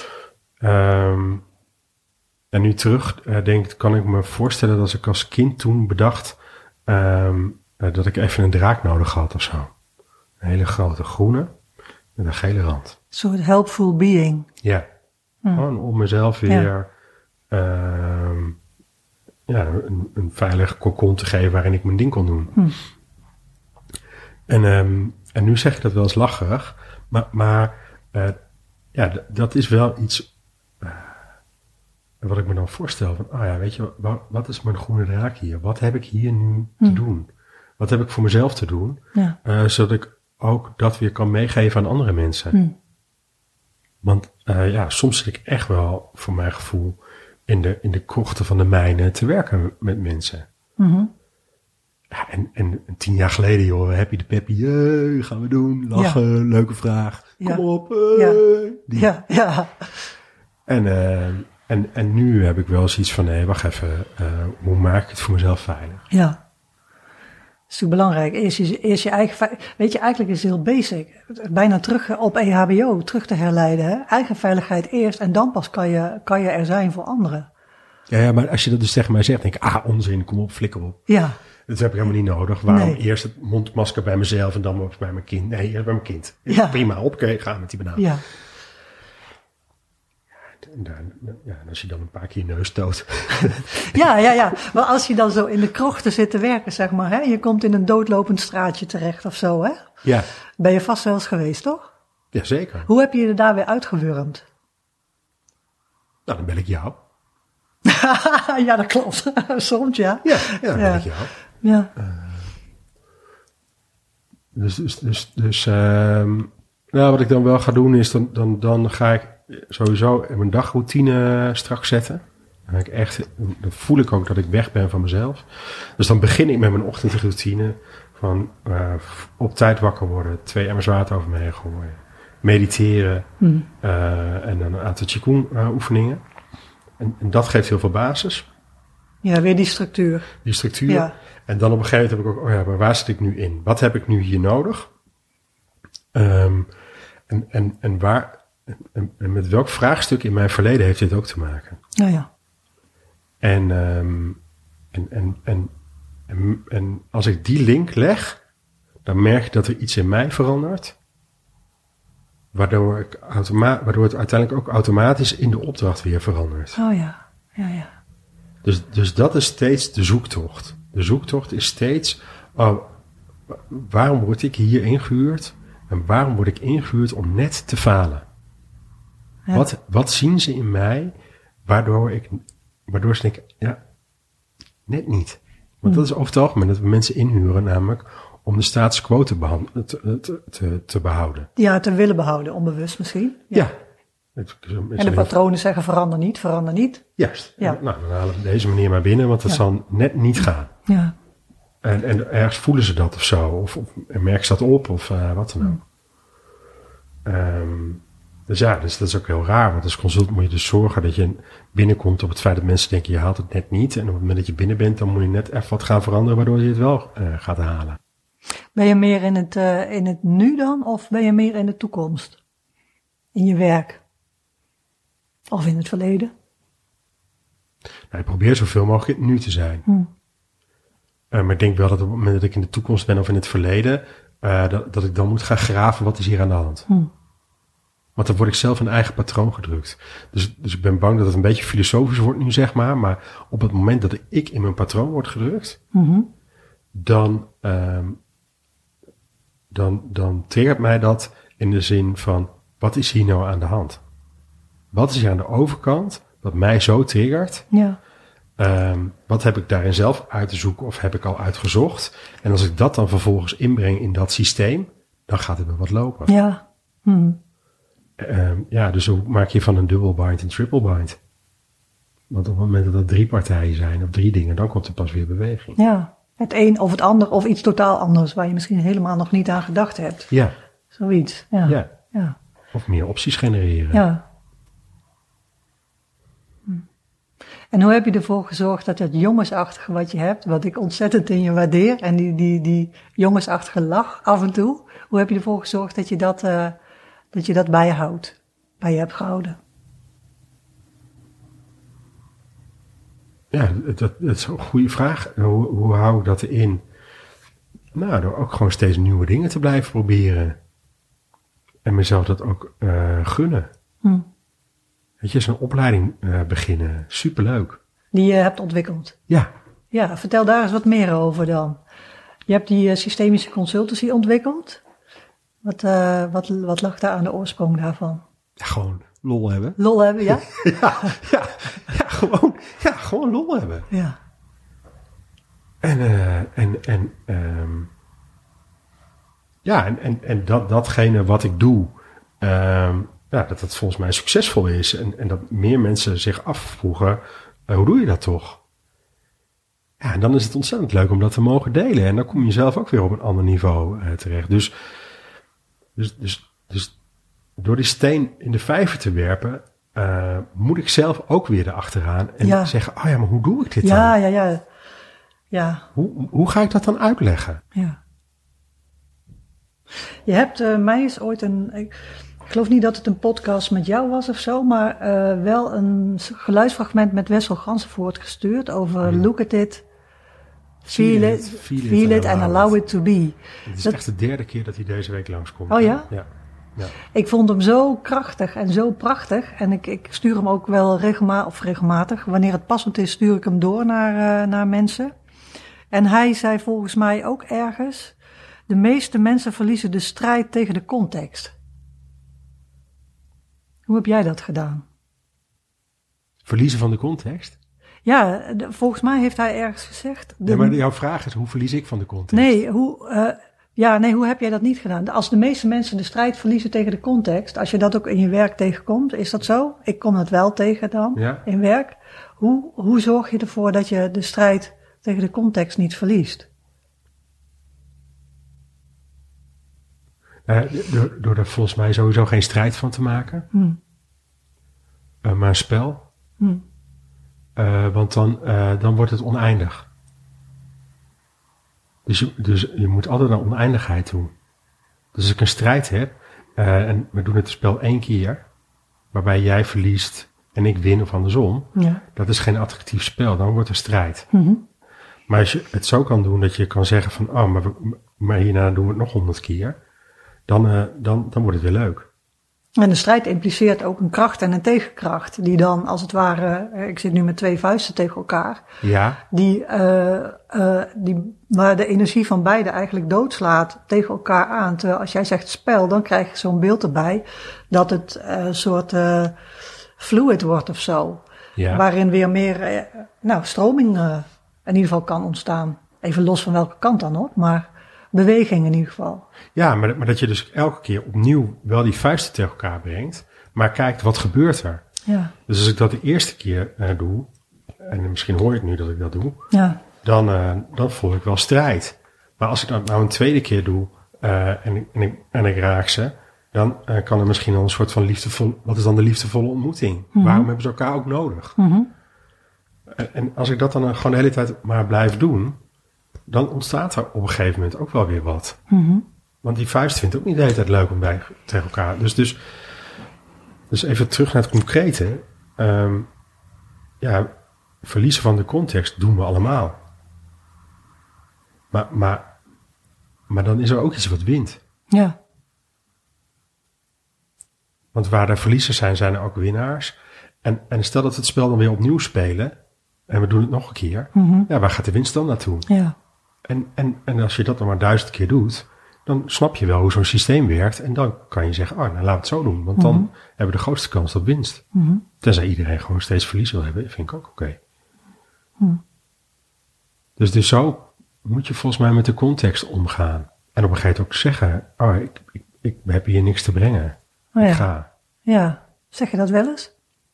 En nu terug kan ik me voorstellen dat ik als kind toen bedacht dat ik even een draak nodig had of zo. Een hele grote groene met een gele rand. Een soort helpful being. Ja, gewoon om mezelf weer een veilige kokon te geven waarin ik mijn ding kon doen. En nu zeg ik dat wel eens lacherig, maar dat is wel iets wat ik me dan voorstel van, weet je, wat is mijn groene draak hier? Wat heb ik hier nu te doen? Wat heb ik voor mezelf te doen? Ja. Zodat ik ook dat weer kan meegeven aan andere mensen. Want soms zit ik echt wel, voor mijn gevoel, in de krochten van de mijnen te werken met mensen. Ja, en 10 jaar geleden, joh, happy de peppy, gaan we doen, lachen, leuke vraag, kom op. Ja. En nu heb ik wel zoiets van, nee, wacht even, hoe maak ik het voor mezelf veilig? Ja, dat is natuurlijk belangrijk. Eerst je eigen, weet je, eigenlijk is het heel basic. Bijna terug op EHBO, terug te herleiden. Hè? Eigen veiligheid eerst en dan pas kan je er zijn voor anderen. Ja, maar als je dat dus tegen mij zegt, denk ik, onzin, kom op, flikker op. Ja. Dat heb ik helemaal niet nodig. Waarom eerst het mondmasker bij mezelf en dan bij mijn kind? Nee, eerst bij mijn kind. Ja. Prima, gaan met die banaan. Ja. En als je dan een paar keer je neus stoot. Ja. Maar als je dan zo in de krochten zit te werken, zeg maar. Hè? Je komt in een doodlopend straatje terecht of zo, hè? Ja. Ben je vast wel eens geweest, toch? Ja, zeker. Hoe heb je er daar weer uitgewurmd? Nou, dan bel ik jou. Ja, dat klopt. Soms, ja. Ja, dan bel ik jou. Ja. Wat ik dan wel ga doen is, dan ga ik sowieso mijn dagroutine strak zetten. Dan voel ik ook dat ik weg ben van mezelf. Dus dan begin ik met mijn ochtendroutine van op tijd wakker worden, 2 emmers water over me heen gooien, mediteren en dan een aantal qigong oefeningen. En dat geeft heel veel basis. Ja, weer die structuur. Ja. En dan op een gegeven moment heb ik ook, maar waar zit ik nu in? Wat heb ik nu hier nodig? En met welk vraagstuk in mijn verleden heeft dit ook te maken? Ja. En als ik die link leg, dan merk ik dat er iets in mij verandert. Waardoor het uiteindelijk ook automatisch in de opdracht weer verandert. Oh ja. Dus dat is steeds de zoektocht. De zoektocht is steeds, waarom word ik hier ingehuurd? En waarom word ik ingehuurd om net te falen? Ja. Wat zien ze in mij, waardoor ze denken, net niet. Want dat is over het algemeen dat we mensen inhuren, namelijk om de status quo te behouden. Ja, te willen behouden, onbewust misschien. Ja. En de patronen zeggen verander niet. Juist. Ja. Nou, dan halen we deze manier maar binnen, want dat zal net niet gaan. Ja. En ergens voelen ze dat of zo, of merken ze dat op, of wat dan ook. Dus dat is ook heel raar, want als consult moet je dus zorgen dat je binnenkomt op het feit dat mensen denken, je haalt het net niet. En op het moment dat je binnen bent, dan moet je net even wat gaan veranderen, waardoor je het wel gaat halen. Ben je meer in het nu dan, of ben je meer in de toekomst? In je werk? Of in het verleden? Nou, ik probeer zoveel mogelijk in het nu te zijn. Maar ik denk wel dat op het moment dat ik in de toekomst ben of in het verleden, dat ik dan moet gaan graven, wat is hier aan de hand? Want dan word ik zelf een eigen patroon gedrukt. Dus ik ben bang dat het een beetje filosofisch wordt nu, zeg maar. Maar op het moment dat ik in mijn patroon word gedrukt, dan triggert mij dat in de zin van, wat is hier nou aan de hand? Wat is hier aan de overkant wat mij zo triggert? Ja. Wat heb ik daarin zelf uit te zoeken of heb ik al uitgezocht? En als ik dat dan vervolgens inbreng in dat systeem, dan gaat het wel wat lopen. Ja. Dus hoe maak je van een dubbel bind een triple bind? Want op het moment dat er 3 partijen zijn of 3 dingen, dan komt er pas weer beweging. Ja, het een of het ander of iets totaal anders waar je misschien helemaal nog niet aan gedacht hebt. Ja. Zoiets, ja. Of meer opties genereren. Ja. En hoe heb je ervoor gezorgd dat jongensachtige wat je hebt, wat ik ontzettend in je waardeer, en die jongensachtige lach af en toe, hoe heb je ervoor gezorgd dat je dat je dat bijhoudt, bij je hebt gehouden? Ja, dat is een goede vraag. Hoe hou ik dat erin? Nou, door ook gewoon steeds nieuwe dingen te blijven proberen. En mezelf dat ook gunnen. Weet je, zo'n opleiding beginnen. Superleuk. Die je hebt ontwikkeld. Ja. Ja, vertel daar eens wat meer over dan. Je hebt die systemische consultancy ontwikkeld. Wat lag daar aan de oorsprong daarvan? Ja, gewoon lol hebben. Lol hebben, ja? Gewoon lol hebben. Ja. En datgene wat ik doe, dat het volgens mij succesvol is. En dat meer mensen zich afvroegen, hoe doe je dat toch? Ja, en dan is het ontzettend leuk om dat te mogen delen. En dan kom je zelf ook weer op een ander niveau terecht. Dus door die steen in de vijver te werpen, moet ik zelf ook weer erachteraan. En zeggen, maar hoe doe ik dit dan? Ja. Hoe ga ik dat dan uitleggen? Ja. Je hebt mij eens ooit ik geloof niet dat het een podcast met jou was of zo, maar wel een geluidsfragment met Wessel Gansenvoort gestuurd over look at it, feel it and allow it to be. Het is echt de derde keer dat hij deze week langskomt. Oh ja? Ja. Ik vond hem zo krachtig en zo prachtig. En ik stuur hem ook wel regelmatig. Wanneer het passend is, stuur ik hem door naar mensen. En hij zei volgens mij ook ergens, de meeste mensen verliezen de strijd tegen de context. Hoe heb jij dat gedaan? Verliezen van de context? Ja, volgens mij heeft hij ergens gezegd. Maar jouw vraag is, hoe verlies ik van de context? Nee, hoe heb jij dat niet gedaan? Als de meeste mensen de strijd verliezen tegen de context, als je dat ook in je werk tegenkomt, is dat zo? Ik kom dat wel tegen dan, in werk. Hoe zorg je ervoor dat je de strijd tegen de context niet verliest? Door er volgens mij sowieso geen strijd van te maken. Maar een spel. Want dan wordt het oneindig. Dus je moet altijd naar oneindigheid toe. Dus als ik een strijd heb, en we doen het spel 1 keer, waarbij jij verliest en ik win of andersom, dat is geen attractief spel, dan wordt er strijd. Maar als je het zo kan doen dat je kan zeggen van, maar hierna doen we het nog 100 keer, dan wordt het weer leuk. En de strijd impliceert ook een kracht en een tegenkracht, die dan als het ware, ik zit nu met 2 vuisten tegen elkaar, waar de energie van beide eigenlijk doodslaat tegen elkaar aan. Terwijl als jij zegt spel, dan krijg je zo'n beeld erbij dat het een soort fluid wordt of zo. Ja. Waarin weer meer stroming in ieder geval kan ontstaan. Even los van welke kant dan ook, maar beweging in ieder geval. Ja, maar dat je dus elke keer opnieuw wel die vuisten tegen elkaar brengt, maar kijkt wat gebeurt er. Ja. Dus als ik dat de eerste keer doe, en misschien hoor je het nu dat ik dat doe, dan voel ik wel strijd. Maar als ik dat nou een tweede keer doe en ik raak ze, dan kan er misschien al een soort van wat is dan de liefdevolle ontmoeting? Waarom hebben ze elkaar ook nodig? En als ik dat dan gewoon de hele tijd maar blijf doen, dan ontstaat er op een gegeven moment ook wel weer wat. Want die vuist vindt ook niet de hele tijd leuk om tegen elkaar. Dus even terug naar het concrete. Verliezen van de context doen we allemaal. Maar dan is er ook iets wat wint. Ja. Want waar er verliezers zijn, zijn er ook winnaars. En stel dat we het spel dan weer opnieuw spelen, en we doen het nog een keer. Waar gaat de winst dan naartoe? Ja. En als je dat dan maar 1000 keer doet, dan snap je wel hoe zo'n systeem werkt. En dan kan je zeggen, nou laten we het zo doen. Want dan hebben we de grootste kans op winst. Tenzij iedereen gewoon steeds verlies wil hebben, vind ik ook oké. Dus zo moet je volgens mij met de context omgaan. En op een gegeven moment ook zeggen, ik heb hier niks te brengen. Ik ga. Ja, zeg je dat wel eens?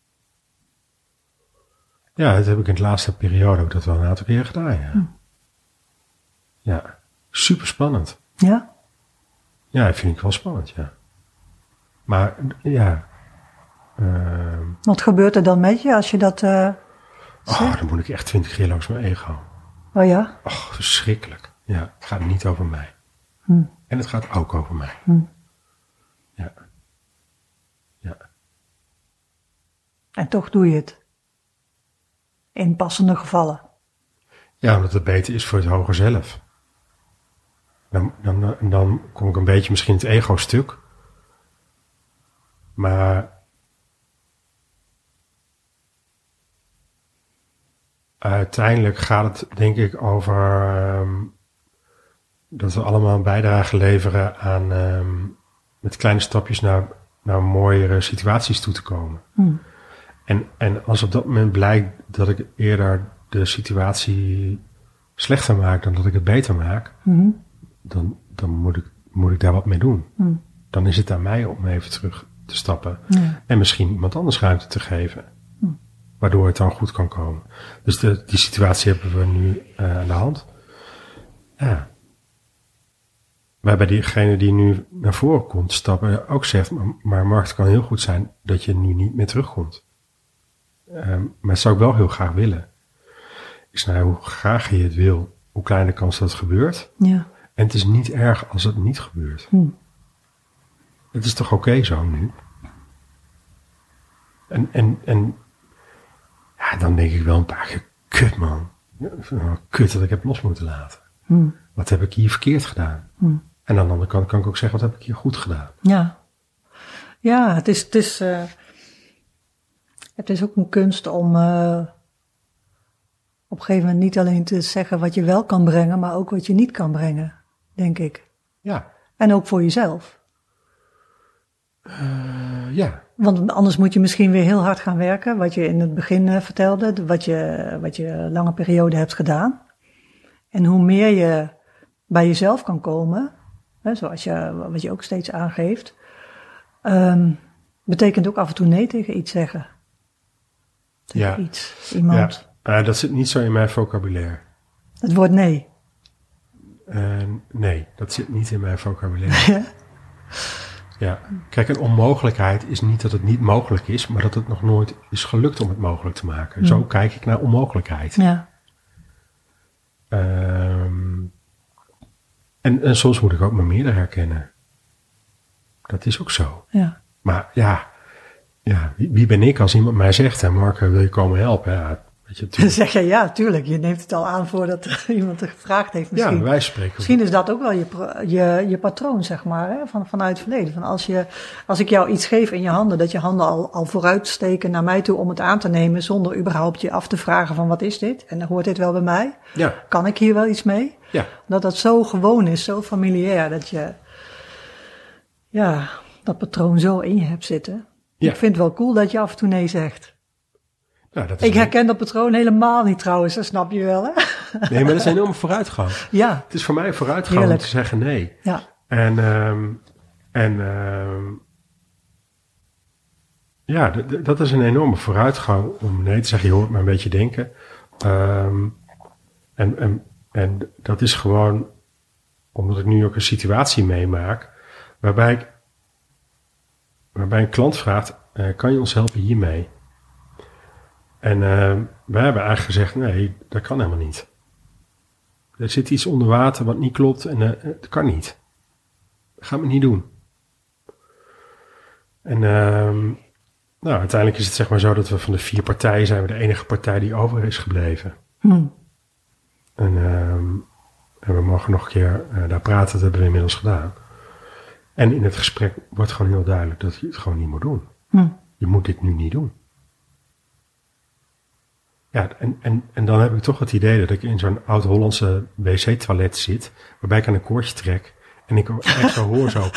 Ja, dat heb ik in de laatste periode ook dat wel een aantal keer gedaan, ja. Ja, super spannend. Ja? Ja, dat vind ik wel spannend, ja. Maar, wat gebeurt er dan met je als je dat dan moet ik echt 20 keer langs mijn ego. Oh ja? Verschrikkelijk. Ja, het gaat niet over mij. En het gaat ook over mij. Ja. En toch doe je het. In passende gevallen. Ja, omdat het beter is voor het hoger zelf. Dan kom ik een beetje misschien het ego-stuk. Maar uiteindelijk gaat het denk ik over dat we allemaal een bijdrage leveren aan met kleine stapjes naar mooiere situaties toe te komen. En als op dat moment blijkt dat ik eerder de situatie slechter maak dan dat ik het beter maak, dan moet ik daar wat mee doen. Dan is het aan mij om even terug te stappen en misschien iemand anders ruimte te geven, waardoor het dan goed kan komen. Dus die situatie hebben we nu aan de hand. Ja. Waarbij diegene die nu naar voren komt stappen ook zegt, maar Mark, het kan heel goed zijn dat je nu niet meer terugkomt. Maar dat zou ik wel heel graag willen. Ik zei, hoe graag je het wil, hoe kleiner de kans dat het gebeurt. Ja. En het is niet erg als het niet gebeurt. Het is toch oké zo nu? En ja, dan denk ik wel een paar keer, kut man. Kut dat ik heb los moeten laten. Wat heb ik hier verkeerd gedaan? En aan de andere kant kan ik ook zeggen, wat heb ik hier goed gedaan? Ja, het is ook een kunst om op een gegeven moment niet alleen te zeggen wat je wel kan brengen, maar ook wat je niet kan brengen, denk ik. Ja. En ook voor jezelf. Ja. Want anders moet je misschien weer heel hard gaan werken, wat je in het begin vertelde, wat je lange periode hebt gedaan. En hoe meer je bij jezelf kan komen, hè, wat je ook steeds aangeeft, betekent ook af en toe nee tegen iets zeggen. Tegen iets, iemand. Ja, dat zit niet zo in mijn vocabulaire. Het woord nee. Nee, dat zit niet in mijn vocabulaire. Ja, kijk, een onmogelijkheid is niet dat het niet mogelijk is, maar dat het nog nooit is gelukt om het mogelijk te maken. Zo kijk ik naar onmogelijkheid. Ja. En soms moet ik ook mijn meerdere herkennen. Dat is ook zo. Ja. Maar ja, wie ben ik als iemand mij zegt, hè, Mark, wil je komen helpen? Ja, weet je, dan zeg je ja, tuurlijk. Je neemt het al aan voordat iemand er gevraagd heeft. Misschien. Ja, wij spreken. Misschien is dat ook wel je patroon, zeg maar, hè, vanuit het verleden. Van als ik jou iets geef in je handen, dat je handen al vooruit steken naar mij toe om het aan te nemen, zonder überhaupt je af te vragen van wat is dit? En hoort dit wel bij mij? Ja. Kan ik hier wel iets mee? Ja. Dat zo gewoon is, zo familiair, dat je dat patroon zo in je hebt zitten. Ja. Ik vind het wel cool dat je af en toe nee zegt. Nou, dat is ik herken dat patroon helemaal niet trouwens, dat snap je wel, hè? Nee, maar dat is een enorme vooruitgang. Ja. Het is voor mij een vooruitgang om te zeggen nee. Ja. Dat is een enorme vooruitgang om nee te zeggen. Je hoort me een beetje denken. En dat is gewoon omdat ik nu ook een situatie meemaak waarbij een klant vraagt, kan je ons helpen hiermee? En wij hebben eigenlijk gezegd, nee, dat kan helemaal niet. Er zit iets onder water wat niet klopt en het kan niet. Dat gaan we niet doen. En uiteindelijk is het zeg maar zo dat we van de 4 partijen zijn we de enige partij die over is gebleven. En we mogen nog een keer daar praten, dat hebben we inmiddels gedaan. En in het gesprek wordt gewoon heel duidelijk dat je het gewoon niet moet doen. Je moet dit nu niet doen. Ja, en dan heb ik toch het idee dat ik in zo'n oud-Hollandse wc-toilet zit, waarbij ik aan een koordje trek en ik echt zo hoor zo.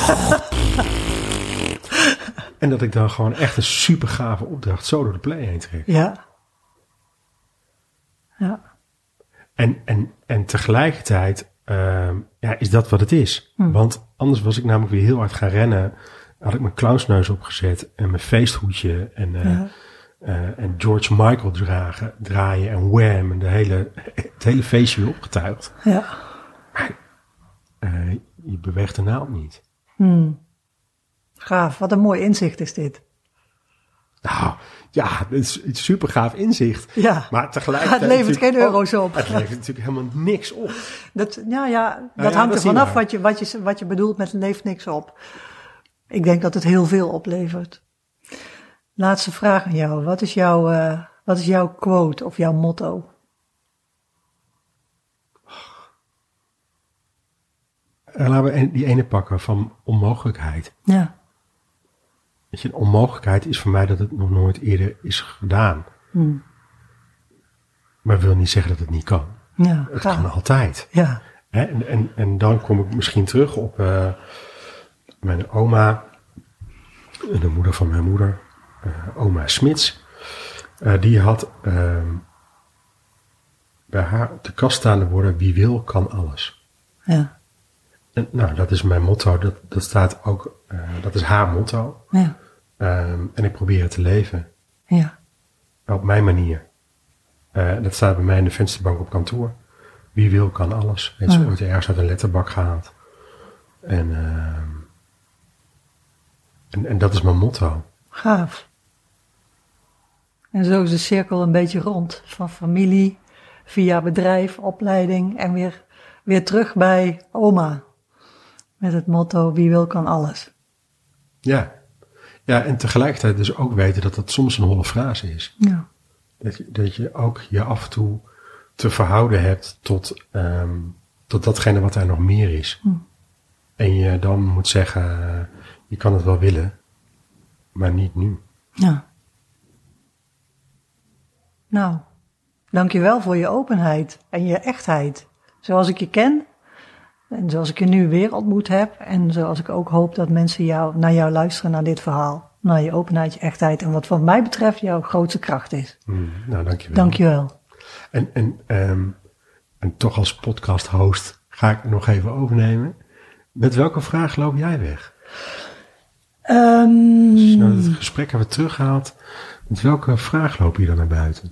En dat ik dan gewoon echt een super gave opdracht zo door de play heen trek. Ja. En tegelijkertijd is dat wat het is. Want anders was ik namelijk weer heel hard gaan rennen. Had ik mijn clownsneus opgezet en mijn feesthoedje en George Michael draaien en Wham en het hele feestje weer opgetuigd. Ja. Maar je beweegt de naald niet. Gaaf, wat een mooi inzicht is dit. Nou, ja, dat is iets super gaaf inzicht. Ja, maar tegelijkertijd het levert geen euro's op. Het levert natuurlijk helemaal niks op. Dat hangt er vanaf wat je bedoelt met het levert niks op. Ik denk dat het heel veel oplevert. Laatste vraag aan jou. Wat is jouw quote of jouw motto? Laten we die ene pakken van onmogelijkheid. Ja. Weet je, een onmogelijkheid is voor mij dat het nog nooit eerder is gedaan. Maar wil niet zeggen dat het niet kan. Ja, het kan altijd. Ja. En dan kom ik misschien terug op mijn oma, de moeder van mijn moeder, oma Smits. Die had bij haar op de kast staan de woorden: wie wil, kan alles. Ja. En, nou, dat is mijn motto. Dat staat ook, dat is haar motto. Ja. En ik probeer het te leven. Ja. Op mijn manier. Dat staat bij mij in de vensterbank op kantoor. Wie wil, kan alles. Heeft ze ooit ergens uit een letterbak gehaald. En dat is mijn motto. Gaaf. En zo is de cirkel een beetje rond. Van familie, via bedrijf, opleiding en weer terug bij oma. Met het motto: wie wil, kan alles. Ja. Ja, en tegelijkertijd dus ook weten dat dat soms een holle frase is. Ja. Dat je ook je af en toe te verhouden hebt tot datgene wat er nog meer is. En je dan moet zeggen, je kan het wel willen, maar niet nu. Ja. Nou, dankjewel voor je openheid en je echtheid. Zoals ik je ken en zoals ik je nu weer ontmoet heb. En zoals ik ook hoop dat mensen naar jou luisteren, naar dit verhaal. Naar je openheid, je echtheid en wat wat mij betreft jouw grootste kracht is. Nou, dankjewel. Dankjewel. En toch als podcast host ga ik nog even overnemen. Met welke vraag loop jij weg? Als je nou het gesprek hebben teruggehaald, met welke vraag loop je dan naar buiten?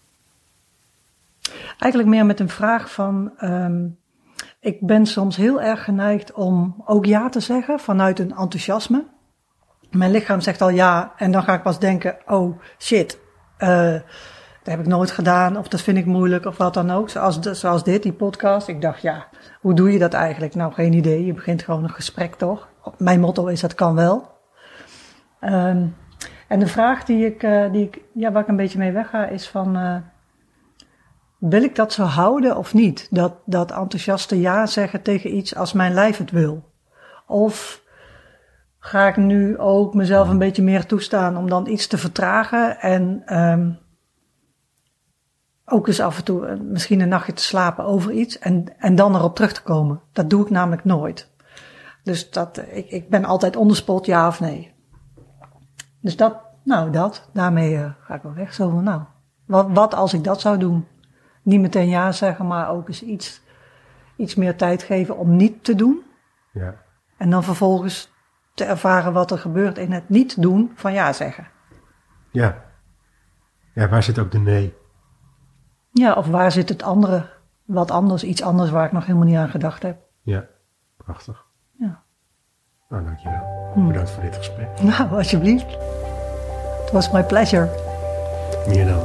Eigenlijk meer met een vraag van, ik ben soms heel erg geneigd om ook ja te zeggen vanuit een enthousiasme. Mijn lichaam zegt al ja en dan ga ik pas denken, oh shit, dat heb ik nooit gedaan of dat vind ik moeilijk of wat dan ook. Zoals dit, die podcast. Ik dacht, ja, hoe doe je dat eigenlijk? Nou, geen idee. Je begint gewoon een gesprek, toch? Mijn motto is, dat kan wel. En de vraag waar ik een beetje mee wegga is van, wil ik dat zo houden of niet? Dat enthousiaste ja zeggen tegen iets als mijn lijf het wil? Of ga ik nu ook mezelf een beetje meer toestaan om dan iets te vertragen en ook eens af en toe misschien een nachtje te slapen over iets en dan erop terug te komen. Dat doe ik namelijk nooit. Dus ik ben altijd on the spot, ja of nee. Dus daarmee ga ik wel weg. Zo van, nou, wat als ik dat zou doen? Niet meteen ja zeggen, maar ook eens iets meer tijd geven om niet te doen. Ja. En dan vervolgens te ervaren wat er gebeurt in het niet doen van ja zeggen. Ja. Ja, waar zit ook de nee? Ja, of waar zit het andere, wat anders, iets anders waar ik nog helemaal niet aan gedacht heb. Ja, prachtig. Ja. Nou, dankjewel. Bedankt voor dit gesprek. Nou, alsjeblieft. Het was my pleasure. Meer dan.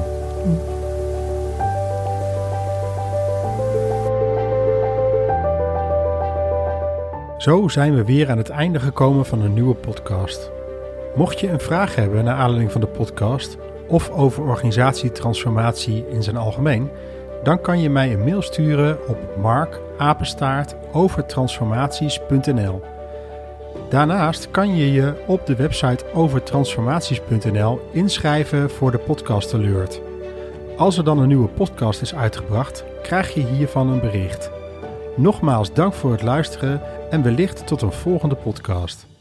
Zo zijn we weer aan het einde gekomen van een nieuwe podcast. Mocht je een vraag hebben naar aanleiding van de podcast of over organisatietransformatie in zijn algemeen, dan kan je mij een mail sturen op mark@overtransformaties.nl. Daarnaast kan je je op de website overtransformaties.nl inschrijven voor de podcast alert. Als er dan een nieuwe podcast is uitgebracht, krijg je hiervan een bericht. Nogmaals dank voor het luisteren en wellicht tot een volgende podcast.